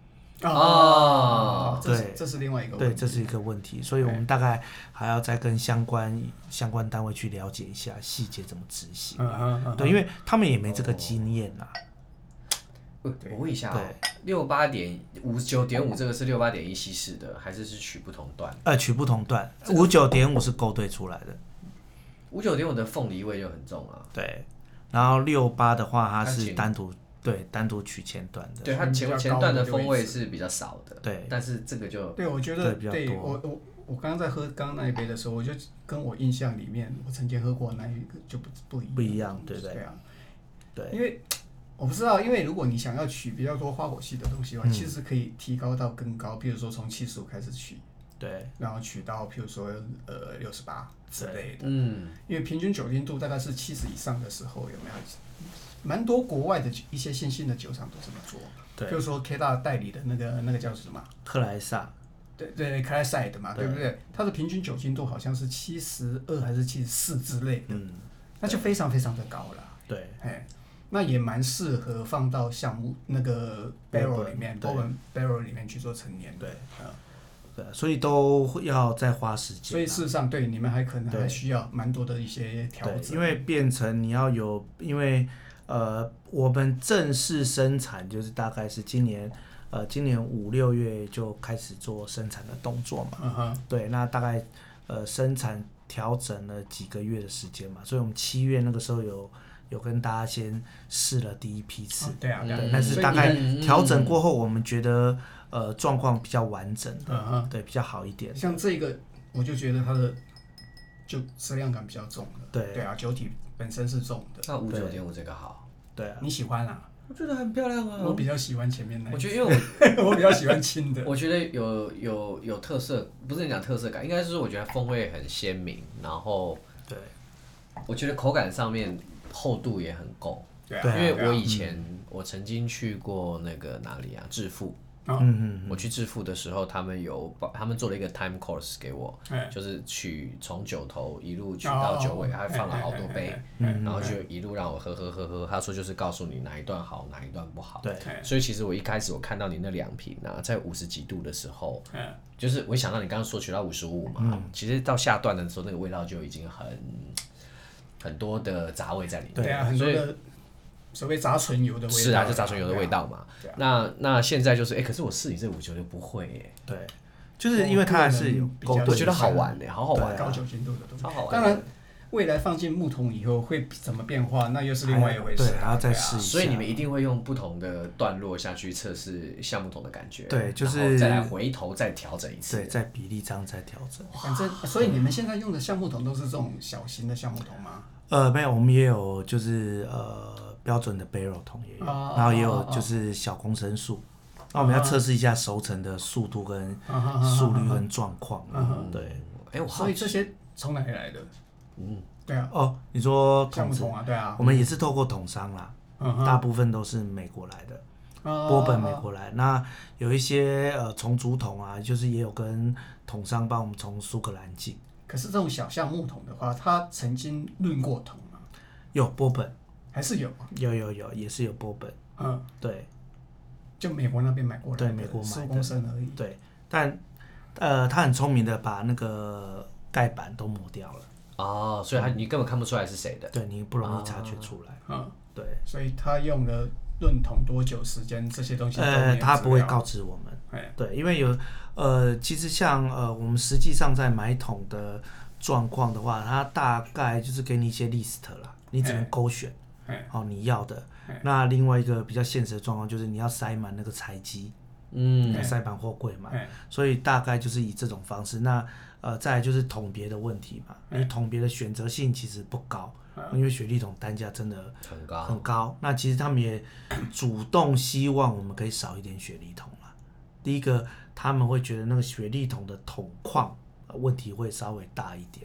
哦，对，这是另外一个问题， 对，这是一个问题，所以我们大概还要再跟相关相关单位去了解一下细节怎么执行。嗯嗯嗯，对，因为他们也没这个经验呐。 我问一下、哦，六八点五九点五这个是六八点一稀释的，还是是取不同段？ 呃，取不同段，五九点五是勾兑出来的。 五九点五的凤梨味就很重啊。 对，然后六八的话，它是单独。对，单独取前段的， 对它前前段的风味是比较少的， 对， 但是这个就对，我觉得对我我我刚刚在喝刚刚那一杯的时候，我就跟我印象里面我曾经喝过那一个就不不一样， 不一样，对不对？ 对啊， 对， 因为我不知道，因为如果你想要取比较多花果系的东西的话，嗯、其实可以提高到更高，比如说从七十五开始取， 对， 然后取到譬如说呃六十八之类的， 嗯， 因为平均酒精度大概是七十以上的时候，有没有？蛮多国外的一些新兴的酒厂都这么做，对，比如说 K 大代理的那个那个叫什么？ 克莱萨， 对对，克莱赛的嘛，对不对？它的平均酒精度好像是七十二还是七十四之类的，嗯，那就非常非常的高了。 对， 哎，那也蛮适合放到橡木那个 barrel 里面 ，bourbon barrel 里面去做陈年。 对，嗯，对，所以都要再花时间。 所以事实上，对你们还可能还需要蛮多的一些调整， 因为变成你要有，因为。呃，我们正式生产就是大概是今年，呃，今年五六月就开始做生产的动作嘛。嗯哼。对，那大概呃生产调整了几个月的时间嘛，所以我们七月那个时候有有跟大家先试了第一批次。 哦、对啊，对。 但是大概调整过后，我们觉得呃状况比较完整的，嗯、对，比较好一点。 像这个，我就觉得它的就质量感比较重的。 对。 对啊，酒体本身是重的。 那五九点五这个好。 对啊， 你喜欢啊？ 我觉得很漂亮啊。 我比较喜欢前面那一。 我觉得因为我我比较喜欢轻的。 我觉得有有有特色，不是你讲特色感，应该是说我觉得风味很鲜明，然后对， 我觉得口感上面厚度也很够。 对啊。 因为我以前、嗯、我曾经去过那个哪里啊，致富。 嗯嗯， 我去致富的时候，他们有他们做了一个 time course 给我，就是取从酒头一路取到酒尾，还放了好多杯，然后就一路让我喝喝喝喝。他说就是告诉你哪一段好，哪一段不好。 对， 所以其实我一开始我看到你那两瓶啊，在五十几度的时候，就是我想到你刚刚说取到五十五嘛，其实到下段的时候，那个味道就已经很很多的杂味在里面。 对啊，很多的。所谓杂醇油的味道是啊，就杂醇油的味道嘛。啊、那那现在就是，哎、欸，可是我试你这五九就不会耶。 对，就是因为它还是有勾兑， 我觉得好玩耶，好好玩、啊， 高酒精度的东西， 超好玩。 当然，未来放进木桶以后会怎么变化，那又是另外一回事。 对，还要再试一下。 所以你们一定会用不同的段落下去测试橡木桶的感觉。 对，就是然后再来回头再调整一次。 对，在比例上再调整。 反正，所以你们现在用的橡木桶都是这种小型的橡木桶吗？ 呃，没有，我们也有，就是呃。标准的 barrel 桶也有，哦、然后也有就是小公升数，哦、那我们要测试一下熟成的速度跟速率跟状况。 嗯、 对， 哎、欸，所以这些从哪里来的？嗯，对啊。 哦，你说橡木桶啊，对啊。 我们也是透过桶商啦，嗯、大部分都是美国来的，波本美国来。那有一些呃重组桶啊，就是也有跟桶商帮我们从苏格兰进。 可是这种小橡木桶的话，它曾经论过桶吗？ 有波本。 还是有， 有有有，也是有波本，嗯，对， 就美国那边买过来的， 对，美国买的， 十公升而已， 对，但呃，他很聪明的把那个盖板都磨掉了， 哦，所以他你根本看不出来是谁的， 对你不容易察觉出来， 嗯， 对， 所以他用了论桶多久时间，这些东西都没有呃，他不会告知我们，对，因为有呃，其实像呃，我们实际上在买桶的状况的话，它大概就是给你一些 list 啦，你只能勾选。哦，你要的。那另外一个比较现实的状况就是你要塞满那个材机，嗯，塞满货柜嘛，所以大概就是以这种方式。那呃，再来就是桶别的问题嘛，因为桶别的选择性其实不高，因为雪莉桶单价真的很高很高。那其实他们也主动希望我们可以少一点雪莉桶啦。第一个，他们会觉得那个雪莉桶的桶况问题会稍微大一点。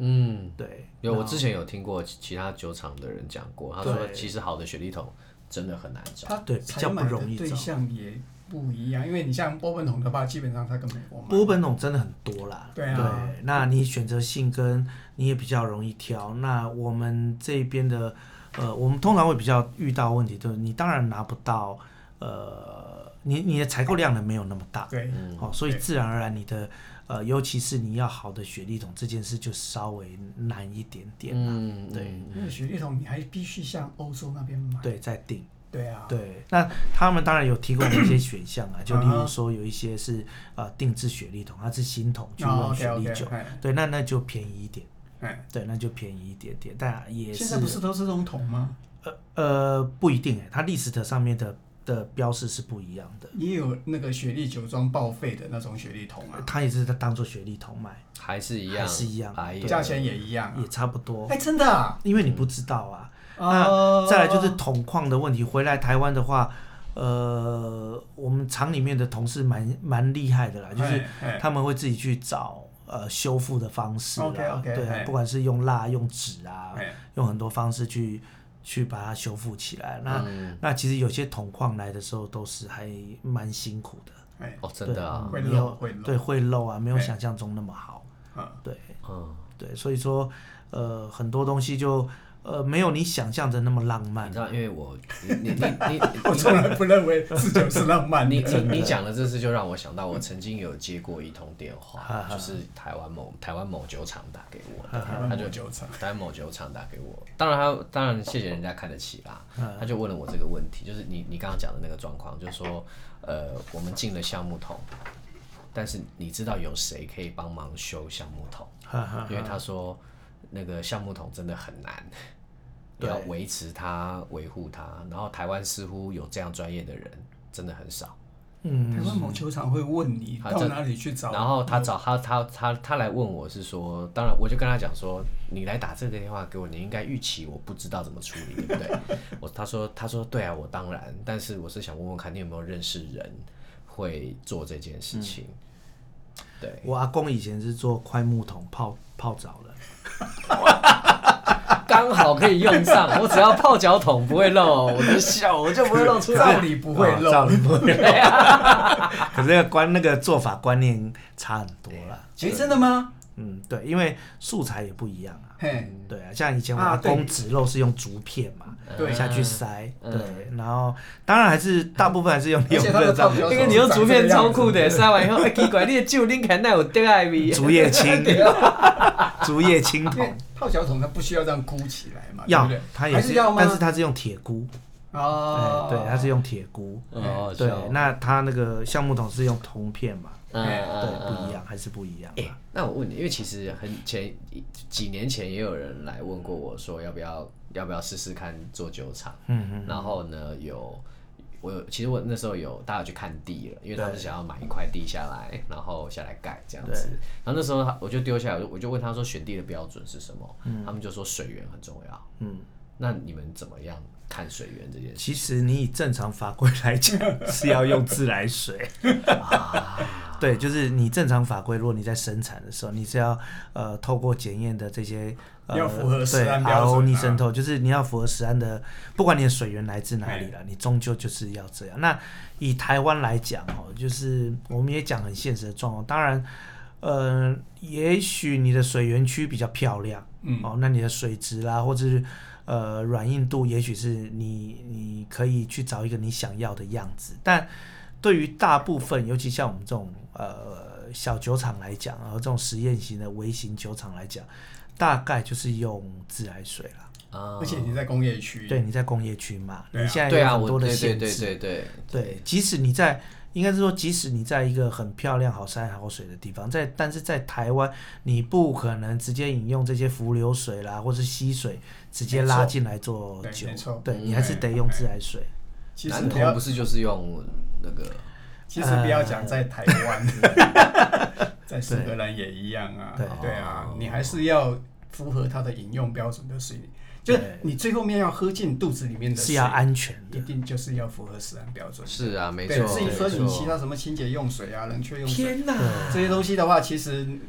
嗯， 对， 有我之前有听过其他酒厂的人讲过，他说其实好的雪莉桶真的很难找， 他对，比较不容易找。 对象也不一样，因为你像波本桶的话，基本上它跟美国买。 波本桶真的很多啦， 对啊， 对，那你选择性跟你也比较容易挑。那我们这边的，呃，我们通常会比较遇到问题，就是你当然拿不到，呃，你你的采购量呢没有那么大， 对， 好、哦，所以自然而然你的。呃，尤其是你要好的雪莉桶这件事就稍微难一点点啦，嗯，对， 因为雪莉桶你还必须向欧洲那边买， 对，再订， 对啊， 对，那他们当然有提供一些选项啊，就例如说有一些是呃定制雪莉桶，它是新桶去用雪莉酒， oh, okay, okay, 对，那那就便宜一点，对，那就便宜一点点，但也是现在不是都是这种桶吗？ 呃呃，不一定哎，它list上面的。的标示是不一样的， 也有那个雪莉酒庄报废的那种雪莉桶啊， 它也是在当做雪莉桶卖， 还是一样， 还是一样， 价钱也一样、啊， 也差不多。 哎、欸，真的啊， 因为你不知道啊。 嗯、 那再来就是桶矿的问题，回来台湾的话，呃，我们厂里面的同事蛮蛮厉害的啦，就是他们会自己去找呃修复的方式啦， okay, okay, 对啊，不管是用蜡、用纸啊，用很多方式去。去把它修复起来，那、嗯、那其实有些桶矿来的时候都是还蛮辛苦的， 哦，真的啊， 会漏，会漏， 对，会漏啊，没有想象中那么好，对， 嗯， 对，所以说，呃，很多东西就。呃，没有你想象的那么浪漫。 你知道，因为我你你你你， 我从来不认为制酒是浪漫的。 你你你讲的这事，就让我想到，我曾经有接过一通电话，就是台湾某台湾某酒厂打给我的，他就台湾某酒厂打给我。当然他当然谢谢人家看得起啦，他就问了我这个问题，就是你你刚刚讲的那个状况，就是说，呃，我们进了橡木桶，但是你知道有谁可以帮忙修橡木桶？因为他说。那个橡木桶真的很难，要维持它、维护它，然后台湾似乎有这样专业的人真的很少。 嗯，台湾某球场会问你到哪里去找， 然后他找他他他他来问我是说，当然我就跟他讲说，你来打这个电话给我，你应该预期我不知道怎么处理，对不对？我他说他说对啊，我当然，但是我是想问问看你有没有认识人会做这件事情。嗯对， 我阿公以前是做快木桶泡泡澡的， 刚好可以用上。我只要泡脚桶不会漏，我的笑我就不会漏出来。 照理不会漏， 照理不会漏。可是那个观那个做法观念差很多啦。 哎、欸，真的吗？ 嗯，对，因为素材也不一样啊。 嘿， 对啊，像以前我阿公植肉是用竹片嘛， 对， 下去塞， 嗯、 对，然后当然还是大部分还是用用热胀的， 因为你用竹片超酷的，塞完以后，哎、欸，奇怪，你的酒拎起来哪有得爱味？ 竹叶青，竹叶青桶， 泡脚桶它不需要这样箍起来嘛？ 要， 对不对它也是，但是它是用铁箍。 哦、 欸，对，它是用铁箍。 哦， 对，那它那个橡木桶是用铜片嘛？ 嗯， 对，不一样，还是不一样。 哎、欸，那我问你，因为其实很前几年前也有人来问过我说，要不要要不要试试看做酒厂？ 嗯嗯。 然后呢，有我有，其实我那时候有大家去看地了，因为他们想要买一块地下来，然后下来盖这样子。然后那时候我就丢下来，我就我就问他说，选地的标准是什么？嗯、他们就说水源很重要。 嗯。 那你们怎么样看水源这件事？ 其实你以正常法规来讲是要用自来水。啊对，就是你正常法规，如果你在生产的时候，你是要呃透过检验的这些呃要符合食安标准、啊、R O 逆渗透，就是你要符合食安的，不管你的水源来自哪里了，你终究就是要这样。那以台湾来讲哦，就是我们也讲很现实的状况，当然，呃，也许你的水源区比较漂亮，嗯，哦，那你的水质啦，或者是呃软硬度，也许是你你可以去找一个你想要的样子，但对于大部分，尤其像我们这种呃小酒厂来讲，然后这种实验型的微型酒厂来讲，大概就是用自来水啦。 啊、而且你在工业区， 对，你在工业区嘛， 啊、 你现在有很多的限制， 对对对对对, 对，即使你在，应该是说，即使你在一个很漂亮、好山好水的地方，在，但是在台湾，你不可能直接饮用这些浮流水啦，或是溪水直接拉进来做酒，对, 对你还是得用自来水。 南投不是就是用那个？ 其实不要讲在台湾，呃、在苏格兰也一样啊。对, 对啊，你还是要符合它的饮用标准的水，就是你最后面要喝进肚子里面的水是要安全的， 一定就是要符合食安标准。 是啊，没错。 至于说你其他什么清洁用水啊、冷却用水， 天哪， 这些东西的话，其实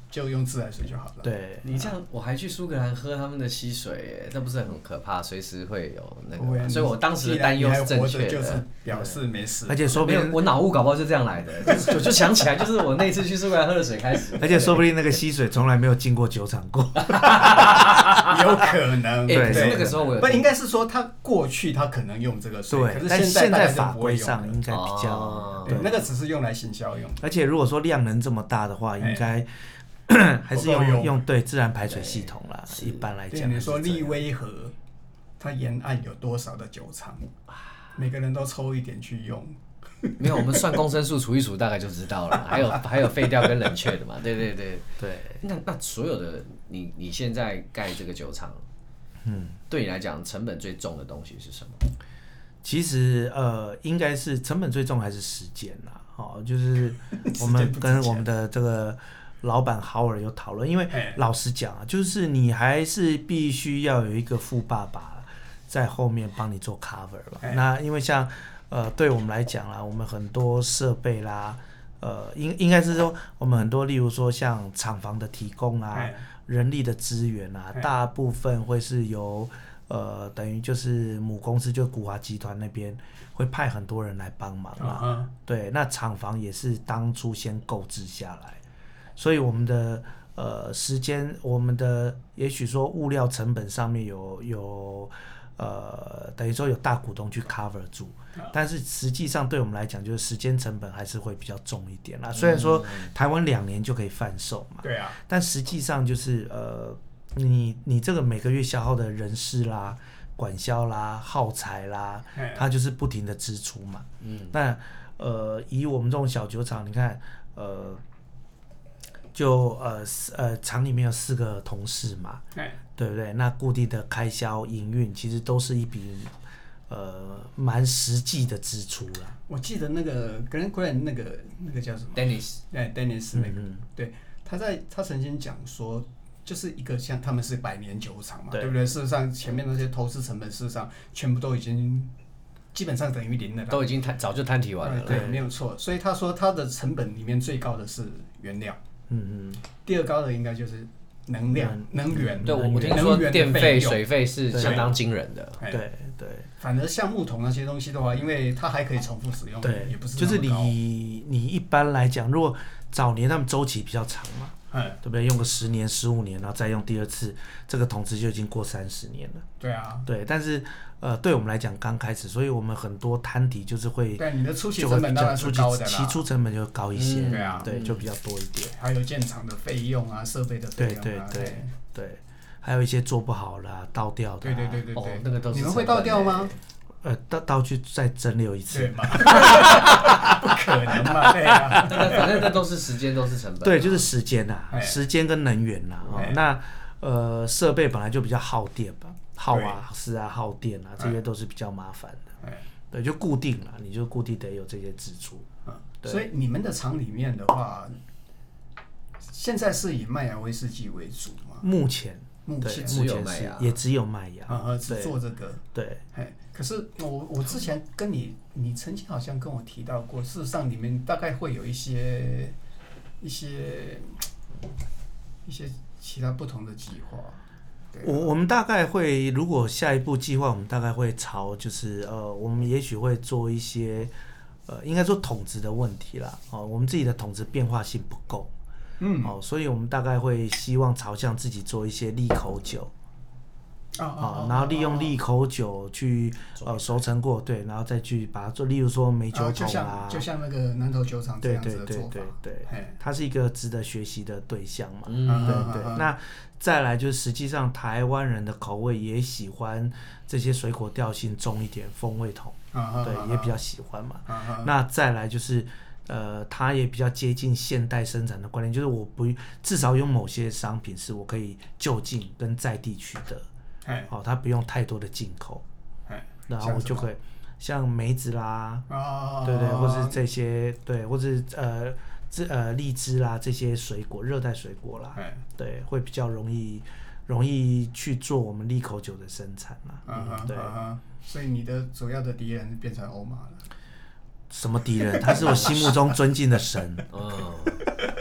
就用自来水就好了。 对， 你这样我还去苏格兰喝他们的溪水耶，这不是很可怕？随时会有那个，所以我当时的担忧是正确的， 就是表示没事。 而且说不定我脑雾搞不好就这样来的，就我就想起来，就是我那次去苏格兰喝的水开始。 而且说不定那个溪水从来没有进过酒厂过， 有可能。 对，那个时候我有不应该是说他过去他可能用这个水， 对， 可是现在法规上应该比较， 对，那个只是用来行销用。 而且如果说量能这么大的话，应该还是用用对自然排水系统啦。一般来讲， 你说利威河，它沿岸有多少的酒厂，每个人都抽一点去用。 没有，我们算公升数除一除，大概就知道了。还有还有废掉跟冷却的嘛，对对对对。 那那所有的你你现在盖这个酒厂，嗯，对你来讲成本最重的东西是什么？ 其实呃，应该是成本最重还是时间啦。哦，就是我们跟我们的这个老板豪尔有讨论，因为老实讲啊，就是你还是必须要有一个富爸爸在后面帮你做 cover 吧。那因为像呃，对我们来讲啦，我们很多设备啦，呃，应应该是说我们很多，例如说像厂房的提供啊，人力的资源啊，大部分会是由呃，等于就是母公司就古华集团那边会派很多人来帮忙啦。Uh-huh. 对，那厂房也是当初先购置下来，所以我们的呃时间，我们的也许说物料成本上面有有。呃，等于说有大股东去 cover 住，但是实际上对我们来讲，就是时间成本还是会比较重一点啦。虽然说台湾两年就可以贩售嘛， 对啊， 但实际上就是呃，你你这个每个月消耗的人事啦、管销啦、耗材啦，它就是不停的支出嘛。嗯，那呃，以我们这种小酒厂，你看，呃。就呃呃厂里面有四个同事嘛，对不对？那固定的开销、营运其实都是一笔呃蛮实际的支出啦。 我记得那个 Glen Grant 那个那个叫什么 Dennis， 哎 Dennis 那个，嗯、对，他在他曾经讲说，就是一个像他们是百年酒厂嘛， 对, 对不对？事实上前面那些投资成本，事实上全部都已经基本上等于零了， 都已经摊早就摊提完了。 对，没有错。所以他说他的成本里面最高的是原料。嗯嗯，第二高的应该就是能量、嗯、能源。 对，我听说电费、水费是相当惊人的。 对对。 反而像木桶那些东西的话，因为它还可以重复使用， 对， 也不是就是你你一般来讲，如果早年他们周期比较长嘛，对不对？用个十年、十五年，然后再用第二次，这个桶子就已经过三十年了。 对啊。 对，但是呃，对我们来讲刚开始，所以我们很多摊底就是会， 对你的初期成本当然是高的啦， 起初成本就高一些， 嗯、对啊， 对，就比较多一点。 还有建厂的费用啊，设备的费用啊， 对对对对，还有一些做不好啦、倒掉的、 对啊， 对对对对， 哦、那个都是你们会倒掉吗？ 呃，倒倒去再蒸馏一次， 对嘛？不可能嘛，对啊。 反正这都是时间，都是成本、啊。 对，就是时间呐、啊，时间跟能源呐、啊。哦，那呃，设备本来就比较耗电吧，耗瓦斯啊，耗电啊，这些都是比较麻烦的。对，就固定了，你就固定得有这些支出。 嗯，所以你们的厂里面的话，现在是以麦芽威士忌为主吗？ 目前。 目前只有麦芽， 也只有麦芽， 啊，只做这个。 对， 哎，可是我我之前跟你，你曾经好像跟我提到过，事实上你们大概会有一些一些一些其他不同的计划。 我我们大概会，如果下一步计划，我们大概会朝就是呃，我们也许会做一些呃，应该说桶子的问题啦。哦，我们自己的桶子变化性不够。嗯，哦，所以我们大概会希望朝向自己做一些利口酒，啊、哦，然后利用利口酒去呃熟成过，对，然后再去把它做，例如说梅酒桶啊， 就像就像那个南投酒厂这样子的做法， 对对对对对，它是一个值得学习的对象嘛， 嗯， 对对。那再来就是实际上台湾人的口味也喜欢这些水果调性重一点，风味桶，对，也比较喜欢嘛。那再来就是。呃，它也比较接近现代生产的观念，就是我不至少有某些商品是我可以就近跟在地取得，哦，它不用太多的进口，然后我就可以像梅子啦， 哦、 对对，或是这些对，或是呃枝呃荔枝啦这些水果，热带水果啦，对，会比较容易容易去做我们利口酒的生产啦， 嗯、对、嗯，所以你的主要的敌人变成欧玛了。 什么敌人？他是我心目中尊敬的神。 嗯，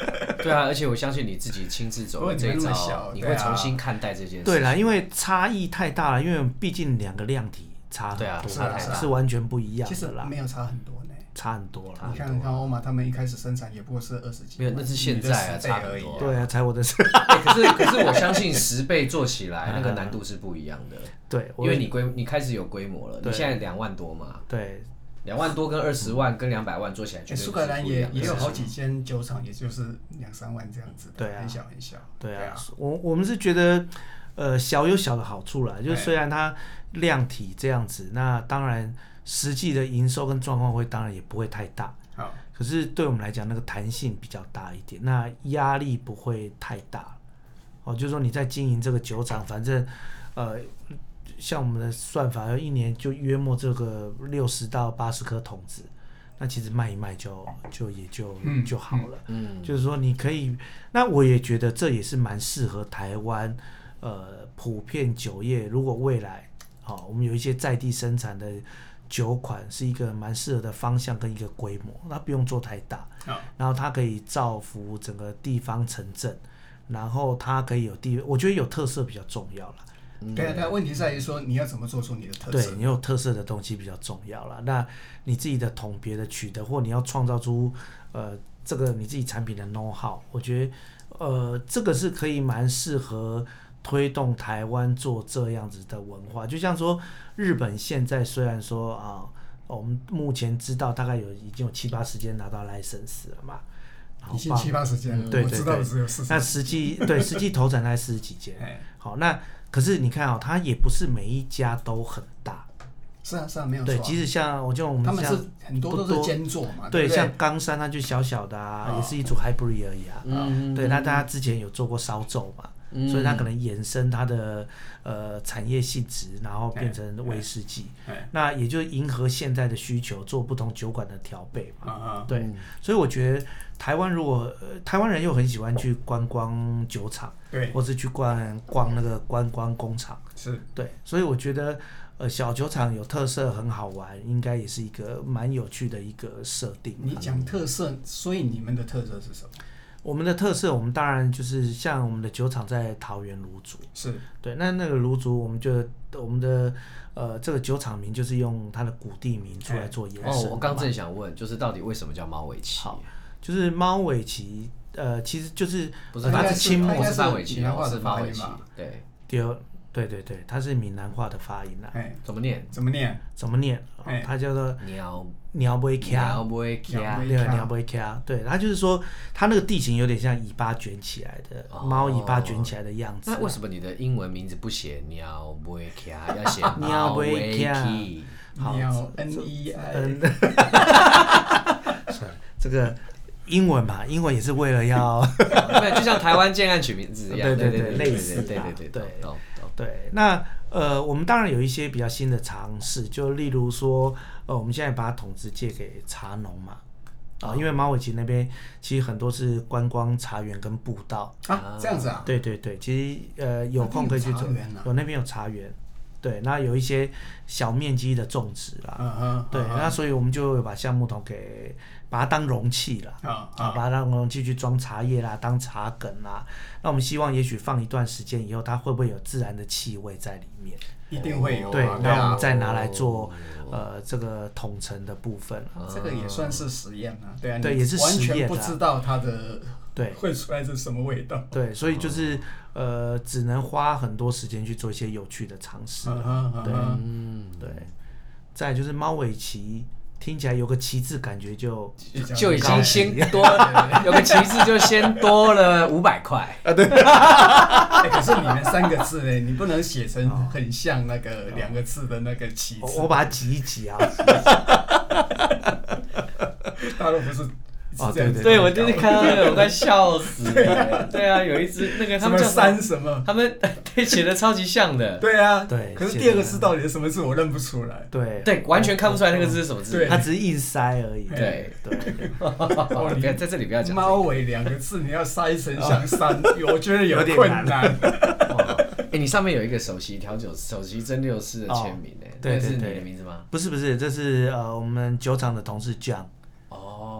对啊，而且我相信你自己亲自走了这一招，你会重新看待这件事。 对啦，因为差异太大了，因为毕竟两个量体差很多， 啊、 是, 啊是, 啊是完全不一样的啦。 其实没有差很多呢， 差很多了。 你看，你看欧玛他们一开始生产也不过是二十几， 没有，那是现在啊，差而已、啊。 对啊，才我的事、 欸。可是可是我相信十倍做起来那个难度是不一样的。 对， 因为你规你开始有规模了，你现在两万多嘛。 对。 两万多跟二十万跟两百万做起来绝对是不一样的。 苏格兰也也有好几间酒厂，也就是两三万这样子， 对啊， 很小很小。 对啊，我我们是觉得，呃，小有小的好处啦，就是虽然它量体这样子，那当然实际的营收跟状况会当然也不会太大， 好， 可是对我们来讲，那个弹性比较大一点，那压力不会太大。哦，就是说你在经营这个酒厂，反正呃。像我们的算法，一年就约莫这个六十到八十颗桶子，那其实卖一卖就就也就、嗯、就好了。嗯，就是说你可以，那我也觉得这也是蛮适合台湾呃普遍酒业，如果未来哦我们有一些在地生产的酒款，是一个蛮适合的方向跟一个规模，那不用做太大，哦、然后它可以造福整个地方城镇，然后它可以有地，我觉得有特色比较重要啦。 对啊，但问题在于说你要怎么做出你的特色。 对，你有特色的东西比较重要啦。那你自己的统别的取得，或你要创造出呃这个你自己产品的 know how， 我觉得呃这个是可以蛮适合推动台湾做这样子的文化。就像说日本现在虽然说啊，我们目前知道大概有已经有七八十间拿到 license 了嘛。 已经七八十间了， 对对对， 我知道只有四十。 那实际对实际投产大概四十几间。好，那可是你看哦，它也不是每一家都很大。 是啊是啊，没有错、啊。 对，即使像我就我们他们是很多都是兼做嘛， 对， 对不对？ 像冈山它就小小的啊，哦、也是一组 hybrid 而已啊。嗯，对，那大家之前有做过烧酎嘛，嗯、所以它可能延伸它的呃产业性质，然后变成威士忌。那也就迎合现在的需求，做不同酒馆的调配嘛。啊、对、嗯，所以我觉得台湾如果、呃、台湾人又很喜欢去观光酒厂， 对， 或是去逛逛那个观光工厂， 是对， 所以我觉得。呃，小酒厂有特色，很好玩，应该也是一个蛮有趣的一个设定。 你讲特色，所以你们的特色是什么？ 我们的特色，我们当然就是像我们的酒厂在桃园芦竹， 是对。 那那个芦竹，我们就我们的呃这个酒厂名就是用它的古地名出来做延伸。 哦，我刚正想问，就是到底为什么叫猫尾旗？ 好，就是猫尾旗，呃，其实就是不是它是青木是范尾旗，然后是猫尾旗，对。 对对对对，它是闽南话的发音啦。 哎，怎么念？ 怎么念？ 怎么念？哦、它叫做鸟鸟尾卡， 鸟尾卡， 对，鸟尾卡。对，它就是说，它那个地形有点像尾巴卷起来的猫尾巴卷起来的样子。 那为什么你的英文名字不写鸟尾卡，要写猫尾卡？ 鸟 N E I。 这个。英文嘛，英文也是为了要， 对，就像台湾建案取名字一样， 对对对，类似， 对对对对对。那呃，我们当然有一些比较新的尝试，就例如说，呃，我们现在把桶子借给茶农嘛，啊、呃，因为马尾旗那边其实很多是观光茶园跟步道啊，这样子啊， 对对对，其实呃有空可以去走，有那边有茶园。对，那有一些小面积的种植啦， uh-huh, 对， uh-huh. 那所以我们就把橡木桶给把它当容器啦， uh-huh. 啊，把它当容器去装茶叶啦，当茶梗啦。那我们希望也许放一段时间以后，它会不会有自然的气味在里面？ 一定会有、啊。 对，然后我们再拿来做、哦、呃这个统称的部分、 啊。这个也算是实验啊，对啊， 对，也是实验、啊， 完全不知道它的。 对， 会出来是什么味道？ 对，所以就是呃，只能花很多时间去做一些有趣的尝试。 Uh-huh, 对， uh-huh. 嗯，对。再来就是猫尾旗，听起来有个旗字，感觉就就已经先多了，有个旗字就先多了五百块啊！对、欸。可是你们三个字呢，你不能写成很像那个两个字的那个旗字。 我, 我把它挤一挤啊。 大陆不是。 哦，对对对，我就是看到那个，我快笑死了。对啊，有一只那个他们叫山什么？ 他们对写的超级像的。 对啊， 对。 可是第二个字到底是什么字，我认不出来。 对对，完全看不出来那个字是什么字。 它只是硬塞而已。 对对。不要在这里不要讲。 猫尾两个字，你要塞成像山，我觉得有点困难。 哎，你上面有一个首席调酒首席蒸馏师的签名，哎， 对对对， 是你的名字吗？ 不是不是，这是呃我们酒厂的同事 John。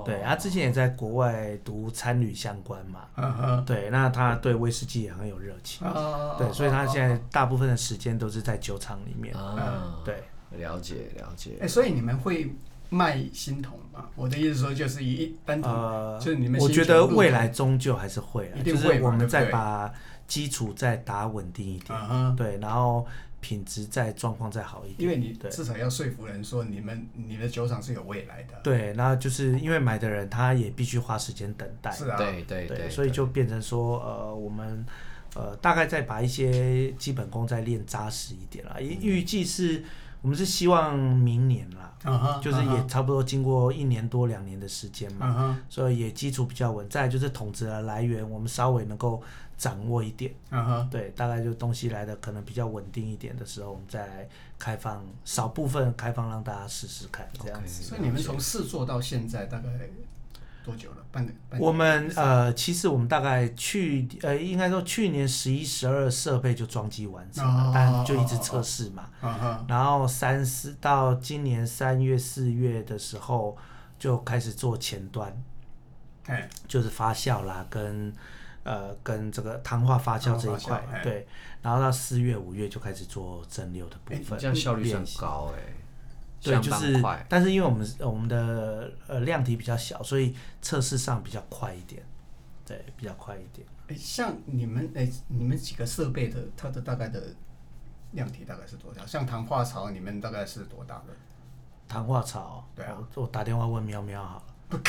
对，他之前也在国外读参旅相关嘛， 嗯对，那他对威士忌也很有热情， 哦对，所以他现在大部分的时间都是在酒厂里面， 啊， 对， 了解了解。 哎、所以你们会卖新桶吗？我的意思说，就是一单桶， 呃， 就是你们我觉新酒入桶得未来终究还是会啦， 一定会嘛就是我们再对不对把基础再打稳定一点， 嗯哼对，然后品质再状况再好一点， 因为你对至少要说服人说你们你的酒厂是有未来的。 对，那就是因为买的人他也必须花时间等待， 是啊， 对对对， 对， 所以就变成说，呃，我们呃大概再把一些基本功再练扎实一点啦。预预计是我们是希望明年啦， 嗯哼， 就是也差不多经过一年多两年的时间嘛， 嗯哼， 所以也基础比较稳。再来就是桶子的来源，我们稍微能够掌握一点， 嗯哼， 对，大概就东西来的可能比较稳定一点的时候，我们再来开放少部分开放让大家试试看，这样子。 所以你们从试做到现在大概多久了？半年？半年我们呃，其实我们大概去呃，应该说去年十一、十二设备就装机完成了， 哦但就一直测试嘛。 嗯哼， 然后三四到今年三月、四月的时候就开始做前端， 哎， 就是发酵啦，跟呃跟这个糖化发酵这一块糖化发酵， 对。然后到四月、五月就开始做蒸馏的部哎分， 这样效率算练习高哎、 对， 相就是当快， 但是因为我们我们的呃量体比较小，所以测试上比较快一点，对，比较快一点。 哎，像你们哎，你们几个设备的它的大概的量体大概是多少？像糖化槽，你们大概是多大的？ 糖化槽， 对啊我，我打电话问喵喵好了。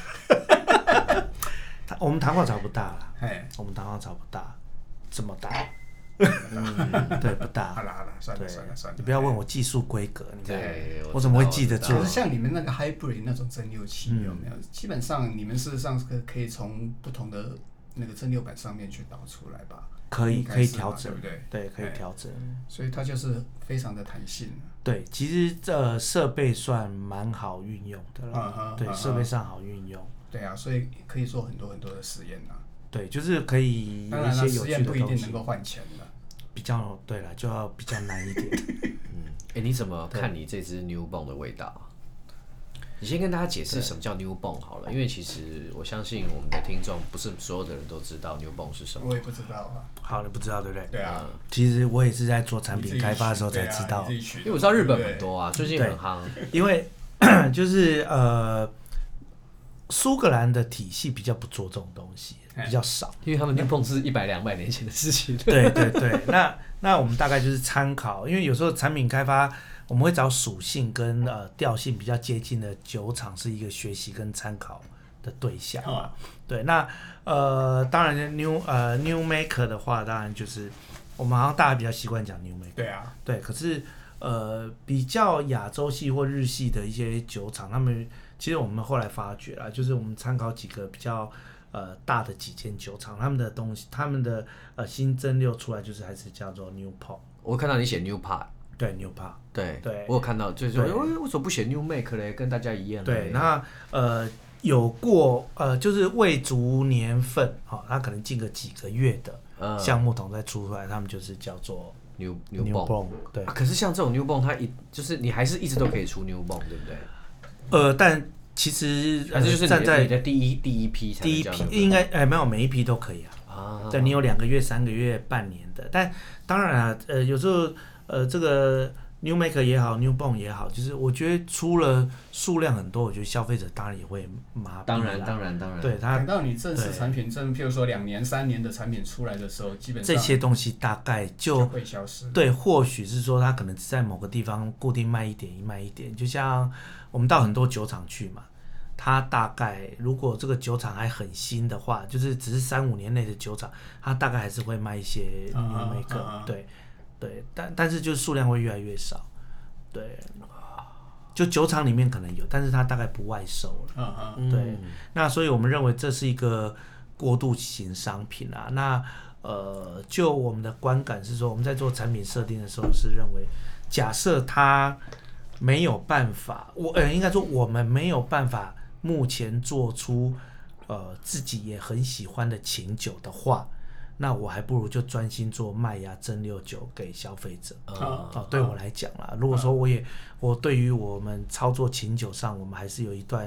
它我们糖化槽不大啦， 哎， 我们糖化槽不大，这么大，嗯，对，不好大。 了好了，算了对算了算了， 你不要问我技术规格，你看对， 我怎么会记得住知道可是像你们那个 hybrid 那种蒸馏器嗯有没有？基本上你们事实上是可可以从不同的那个蒸馏板上面去导出来吧？ 可以应该是吧可以调整， 对不对？ 对，可以哎调整。 所以它就是非常的弹性。 对，其实这设备算蛮好运用的嗯了，对， 哼嗯哼设备上好运用。 对啊，所以可以做很多很多的实验呐。 对，就是可以有一当然了， 些有趣实验的东西不一定能，够换钱的。 比较对了，就要比较难一点。 嗯，哎、你怎么看你这支 New Bone 的味道啊？你先跟大家解释什么叫 New Bone 好了，因为其实我相信我们的听众不是所有的人都知道 New Bone 是什么。 我也不知道啊。 好，你不知道对不对？ 对啊， 其实我也是在做产品你自己开发的时候取才知道对啊，你自己取的因为我知道日本对不对很多啊，最近很夯。 因为就是呃，苏格兰的体系比较不做这种东西，比较少。 因为他们 New Bone 是一百两百年前的事情。 对对对，那那我们大概就是参考，因为有时候产品开发我们会找属性跟呃调性比较接近的酒厂是一个学习跟参考的对象嘛。 啊对，那呃当然 new 呃 new maker 的话，当然就是我们好像大家比较习惯讲 new maker。 对啊， 对，可是呃比较亚洲系或日系的一些酒厂，他们其实我们后来发觉啦，就是我们参考几个比较呃大的几间酒厂，他们的东西，他们的呃新蒸馏出来就是还是叫做 New Pot， 我看到你写 New Pot， 对 New Pot， 对， 对我有看到，就是说， 对哎为什么不写 New Make 嘞？跟大家一样嘞。 对，那呃有过呃就是未足年份，好、哦，它可能进个几个月的嗯橡木桶再出出来，他们就是叫做 New New New Bone。 Bone，对啊，可是像这种 New Bone，它一就是你还是一直都可以出 New Bone，对不对？ 呃，但其实还是就是你的站在你的第一第一批才能第一叫 New 批 Bone 应该哎没有每一批都可以啊。 啊， 对，你有两个月、三个月、半年的，但当然啊，呃，有时候呃，这个 New Maker 也好，New Bone 也好，就是我觉得出了数量很多，我觉得消费者当然也会麻痹啦。 当然当然当然， 对他等到你正式对产品，正譬如说两年、三年的产品出来的时候，基本上这些东西大概就就会消失。 对，或许是说它可能在某个地方固定卖一点，一卖一点，就像我们到很多酒厂去嘛。它大概如果这个酒厂还很新的话，就是只是三五年内的酒厂，它大概还是会卖一些 New 啊 Maker，、 啊啊对对，但但是就是数量会越来越少，对，就酒厂里面可能有，但是它大概不外售了， 嗯嗯， 嗯对，那所以我们认为这是一个过渡型商品啊。那呃，就我们的观感是说，我们在做产品设定的时候是认为，假设它没有办法，我呃应该说我们没有办法目前做出呃自己也很喜欢的琴酒的话，那我还不如就专心做麦芽蒸馏酒给消费者。 嗯哦，对我来讲啦，如果说我也我对于我们操作琴酒上，我们还是有一段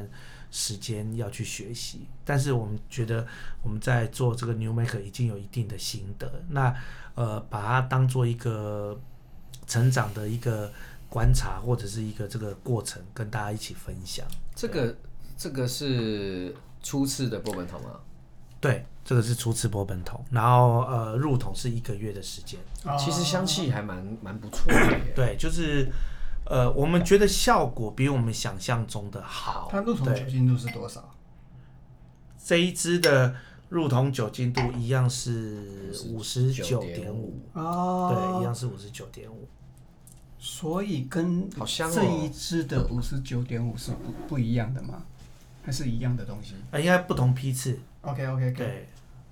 时间要去学习。但是我们觉得我们在做这个 New Maker 已经有一定的心得，那呃把它当做一个成长的一个观察或者是一个这个过程，跟大家一起分享。 这个这个是初次的波本桶吗？ 对，这个是初次波本桶，然后呃入桶是一个月的时间。 其实香气还蛮蛮不错的耶。 对，就是呃我们觉得效果比我们想象中的好。 它入桶酒精度是多少？ 这一支的入桶酒精度一样是五十九点五，对，一样是五十九点五。 所以跟这一支的五十九点五是不不一样的吗？还是一样的东西？ 啊，应该不同批次。 OK OK OK。 对，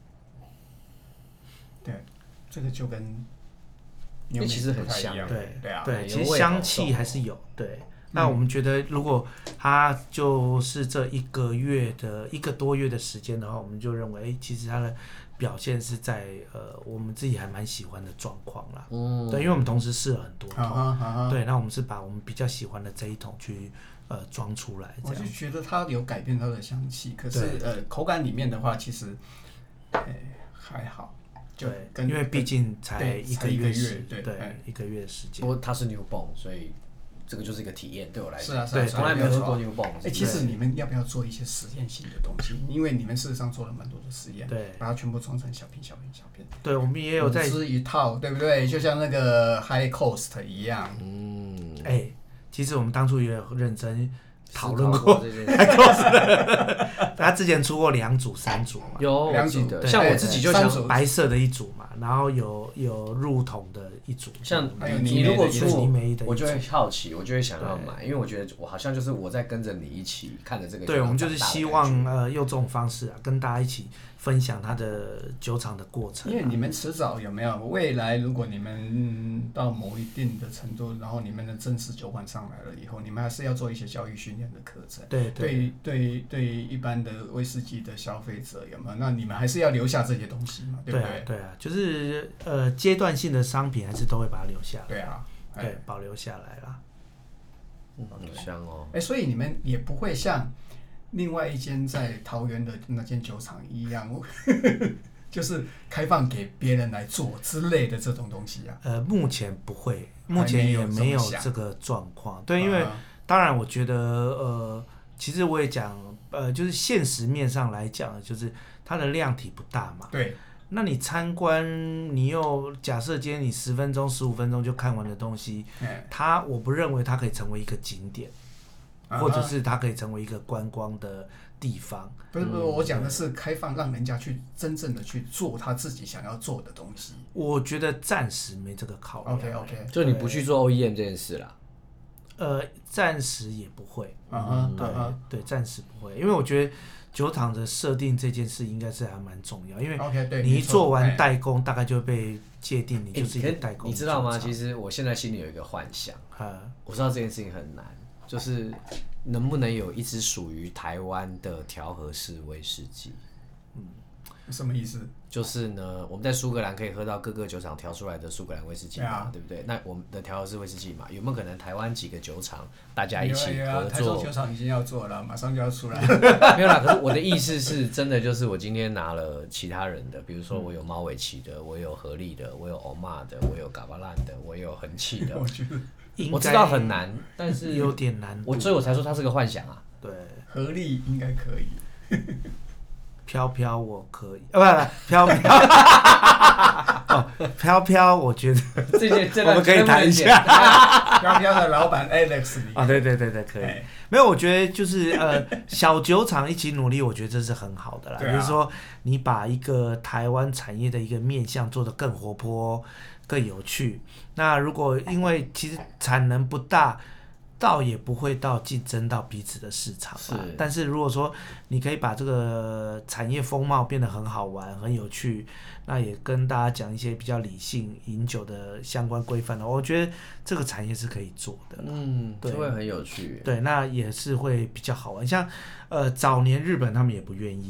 对，这个就跟因为其实很香， 对对啊， 对，其实香气还是有。对，那我们觉得如果它就是这一个月的一个多月的时间的话，我们就认为，哎，其实它的表现是在呃我们自己还蛮喜欢的状况啦。嗯，对，因为我们同时试了很多桶，啊啊啊、对，那我们是把我们比较喜欢的这一桶去呃装出来。 我就觉得它有改变它的香气，可是呃口感里面的话，其实呃还好。 对，因为毕竟才一个月时， 对一个月的时间。 不过它是 New Bond， 所以这个就是一个体验，对我来说。 是啊，是啊， 从来没有喝过 New Bond。 哎，其实你们要不要做一些实验性的东西？因为你们事实上做了蛮多的实验， 对， 把它全部装成小瓶、小瓶、小瓶。 对，我们也有在。 五支一套，对不对？就像那个 High Coast 一样。 嗯。哎，其实我们当初也有认真讨论过这件事。 他之前出过两组、三组嘛， 有两组的，像我自己就想白色的一组嘛，然后有有入桶的一组。 像你如果出，我就会好奇，我就会想要买，因为我觉得我好像就是我在跟着你一起看着这个。 对，我们就是希望呃用这种方式啊，跟大家一起分享它的酒厂的过程。 因为你们迟早有没有未来，如果你们到某一定的程度，然后你们的正式酒馆上来了以后，你们还是要做一些教育训练的课程。 对对对对，一般的威士忌的消费者有没有？那你们还是要留下这些东西嘛，对不对？ 对啊，对啊，就是呃阶段性的商品还是都会把它留下来。 对啊， 对，保留下来啦。 嗯，好香哦。 哎，所以你们也不会像另外一间在桃园的那间酒厂一样，就是开放给别人来做之类的这种东西啊。 呃，目前不会，目前也没有这个状况。对，因为当然我觉得呃，其实我也讲呃，就是现实面上来讲，就是它的量体不大嘛。 对。 那你参观，你又假设今天你十分钟、十五分钟就看完的东西，它我不认为它可以成为一个景点，或者是它可以成为一个观光的地方。 不是不是，我讲的是开放，让人家去真正的去做他自己想要做的东西。 我觉得暂时没这个考虑。 OK OK， 就你不去做 O E M 这件事啦。 呃，暂时也不会。 啊对对，暂时不会，因为我觉得。酒厂的设定这件事应该是还蛮重要，因为你一做完代工，大概就被界定你就是一个代工。 你知道吗？其实我现在心里有一个幻想，我知道这件事情很难，就是能不能有一支属于台湾的调和式威士忌？ 嗯，什么意思？ 就是呢，我们在苏格兰可以喝到各个酒厂调出来的苏格兰威士忌嘛，啊、对不对？那我们的调和式威士忌嘛，有没有可能台湾几个酒厂大家一起合作？ 台中酒厂已经要做了，马上就要出来。 没有啦，可是我的意思是真的，就是我今天拿了其他人的，比如说我有猫尾旗的，我有合力的，我有欧玛的，我有嘎巴兰的，我有恒气的。 我觉得我知道很难，但是有点难， 我所以我才说它是个幻想啊。 对， 合力应该可以。 飘飘我可以，啊不不，飘飘，哦，飘飘，我觉得这件我们可以谈一下。 飘飘的老板 Alex 啊，对对对对，可以。没有，我觉得就是呃，小酒厂一起努力，我觉得这是很好的啦。就是说，你把一个台湾产业的一个面向做得更活泼、更有趣。那如果因为其实产能不大。倒也不会到竞争到彼此的市场吧，是但是如果说你可以把这个产业风貌变得很好玩、很有趣，那也跟大家讲一些比较理性饮酒的相关规范的，我觉得这个产业是可以做的。 嗯，对，会很有趣。 对，那也是会比较好玩。像呃早年日本他们也不愿意啊，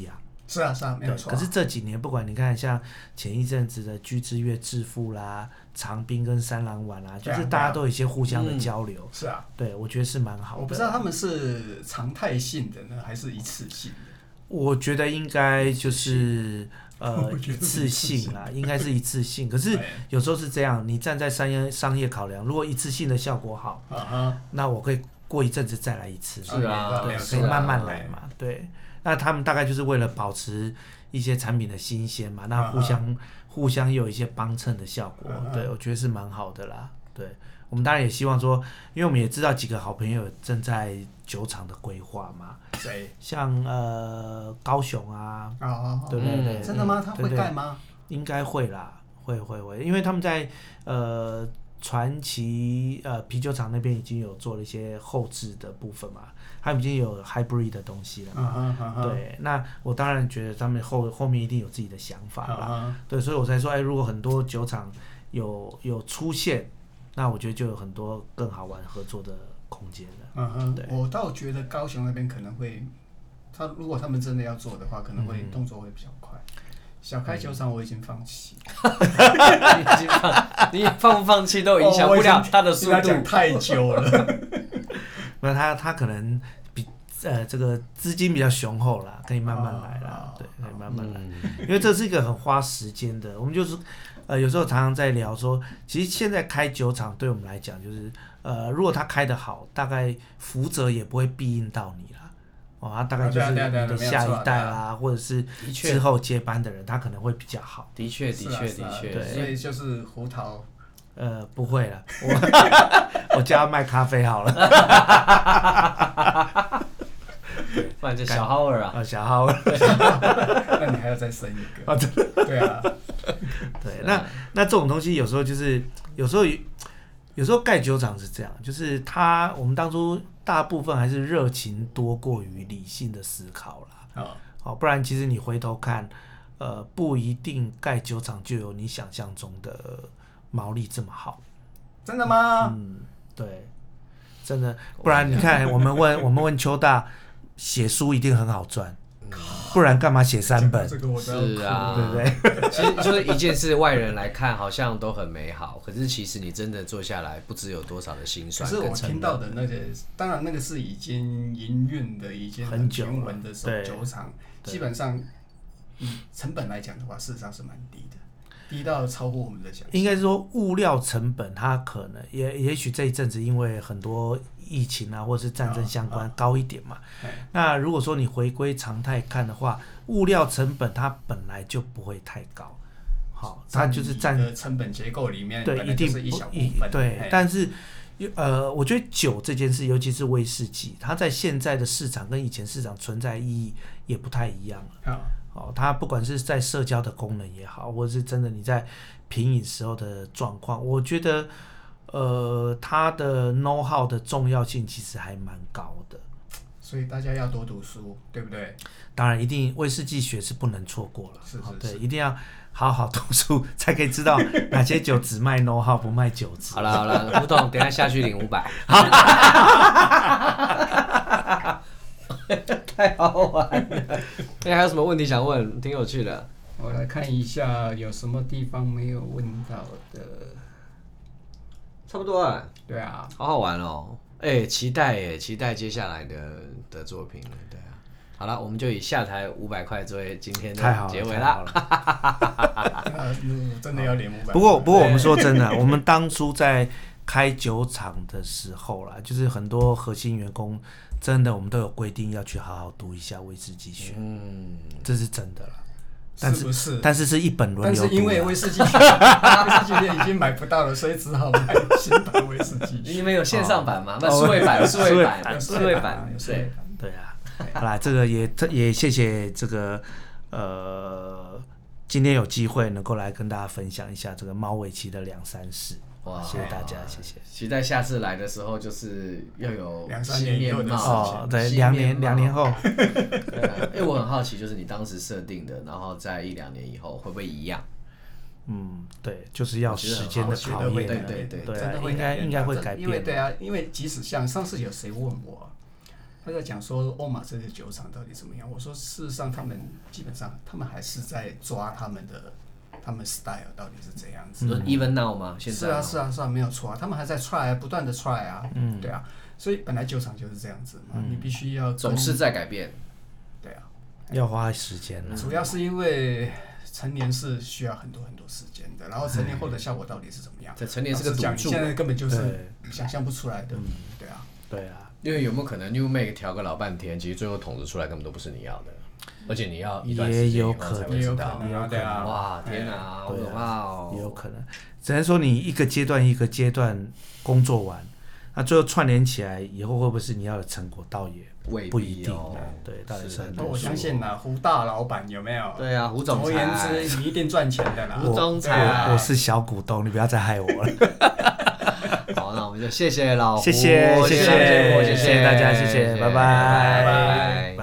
是啊是啊，没有错、啊。 可是这几年，不管你看像前一阵子的居之月致富啦、长滨跟三郎丸啦，就是大家都有一些互相的交流。 嗯、是啊， 对，我觉得是蛮好的。 我不知道他们是常态性的呢，还是一次性的？ 我觉得应该就是呃一次性啦，应该是一次性。可是有时候是这样，你站在商业商业考量，如果一次性的效果好， 啊、 那我可以过一阵子再来一次。 是啊， 对，可以慢慢来嘛。对，那他们大概就是为了保持一些产品的新鲜嘛，那互相、uh-huh. 互相有一些帮衬的效果。Uh-huh. 对，我觉得是蛮好的啦。对，我们当然也希望说，因为我们也知道几个好朋友正在酒厂的规划嘛。 谁？ 像呃高雄啊， 哦， 对对对， 嗯、真的吗？他会盖吗？ 应该会啦，会会会，因为他们在呃传奇呃啤酒厂那边已经有做了一些后置的部分嘛，他们已经有 hybrid 的东西了嘛。Uh-huh, uh-huh. 对，那我当然觉得他们后后面一定有自己的想法啦。Uh-huh. 对，所以我才说，哎，如果很多酒厂有有出现，那我觉得就有很多更好玩合作的空间了。 嗯哼，我倒觉得高雄那边可能会，他如果他们真的要做的话，可能会动作会比较快。嗯、小开酒厂我已经放弃， 你已经放，你放不放弃都影响不了他的速度。 他讲太久了， 那他他可能比呃这个资金比较雄厚啦，可以慢慢来啦，哦、对，可以慢慢来、嗯，因为这是一个很花时间的。我们就是呃有时候常常在聊说，其实现在开酒厂对我们来讲就是。呃，如果他开得好，大概福泽也不会庇应到你啦。哦，他大概就是你的下一代啦，或者是之后接班的人，他可能会比较好。 的确，的确，的确。 对，所以就是胡桃。 呃，不会了，我我叫他卖咖啡好了。 不然就小浩尔啊， 啊，小浩尔。 那你还要再生一个。啊，对啊。 对，那那这种东西有时候就是有时候。有时候盖酒厂是这样，就是他我们当初大部分还是热情多过于理性的思考啦。哦，不然其实你回头看，呃，不一定盖酒厂就有你想象中的毛利这么好。 真的吗？ 嗯，对，真的。不然你看，我们问我们问邱大，写书一定很好赚。不然干嘛写三本？ 这个我是啊， 对不对？ 其实就是一件事，外人来看好像都很美好，可是其实你真的做下来，不知有多少的辛酸。 可是我听到的那个，当然那个是已经营运的，已经很平稳的酒厂，基本上以成本来讲的话，事实上是蛮低的，低到超乎我们的想象。 应该说物料成本，它可能也也许这一阵子因为很多。疫情啊，或者是战争相关、哦、高一点嘛、哦。那如果说你回归常态看的话，物料成本它本来就不会太高，好，它就是占的成本结构里面， 对，一定是一小部分。 对，但是呃，我觉得酒这件事，尤其是威士忌，它在现在的市场跟以前市场存在意义也不太一样了。哦哦，它不管是在社交的功能也好，或者是真的你在品饮时候的状况，我觉得。呃，它的 know how 的重要性其实还蛮高的， 所以大家要多读书，对不对？ 当然，一定威士忌学是不能错过了， 是是是， 对，一定要好好读书，才可以知道哪些酒只卖 know how 不卖酒质。 好了好了，胡董，等一下下去领五百，太好玩了。哎，还有什么问题想问？挺有趣的。 我来看一下有什么地方没有问到的。 差不多啊， 对啊， 好好玩哦，哎、欸，期待哎，期待接下来的的作品，对啊，好了，我们就以下台五百块作为今天的结尾啦。 真的要连五百。 不过不过我们说真的，我们当初在开酒厂的时候啦，就是很多核心员工真的我们都有规定要去好好读一下威士忌学，嗯，这是真的啦。但是是不是？ 但是是一本轮流读。 但是因为威士忌，威士忌店已经买不到了，所以只好买新版威士忌。 你们有线上版吗？那数位版，数位版，数位版，对对啊。好啦，这个也也谢谢这个呃，今天有机会能够来跟大家分享一下这个猫尾期的两三事。哇，谢谢大家，谢谢。 期待下次来的时候，就是要有两三年以后的事情。 哦，对，两年两年后。 对啊，因为我很好奇，就是你当时设定的，然后在一两年以后会不会一样？ 嗯，对，就是要时间的考验。 对对对， 对啊，应该应该会改变。 因为对啊，因为即使像上次有谁问我， 他在讲说欧马这些酒厂到底怎么样。我说事实上他们基本上他们还是在抓他们的他们 style 到底是怎样子。 嗯、even now 吗？现在是啊是啊是啊，没有错啊，他们还在 try 不断的 try 啊，嗯，对啊，所以本来酒厂就是这样子嘛，嗯、你必须要总是在改变， 对啊， 要花时间了。 主要是因为成年是需要很多很多时间的，然后成年后的效果到底是怎么样？ 这成年是个赌注， 现在根本就是想象不出来的，对啊， 对啊。 因为有没有可能 New Make 调个老半天，其实最后桶子出来根本都不是你要的，而且你要一段时间以后才会知道。 也有可能，对啊。 哇，天哪，好可怕哦！ 也有可能，只能说你一个阶段一个阶段工作完，那最后串联起来以后，会不会是你要的成果，倒也不一定。对，到底是很多。 我相信啦，胡大老板有没有？ 对啊，胡总裁。 总而言之，你一定赚钱的啦。 胡总裁， 我我是小股东，你不要再害我了。 好，那我们就谢谢老胡， 谢谢谢谢谢谢谢谢大家，谢谢，拜拜。 拜拜。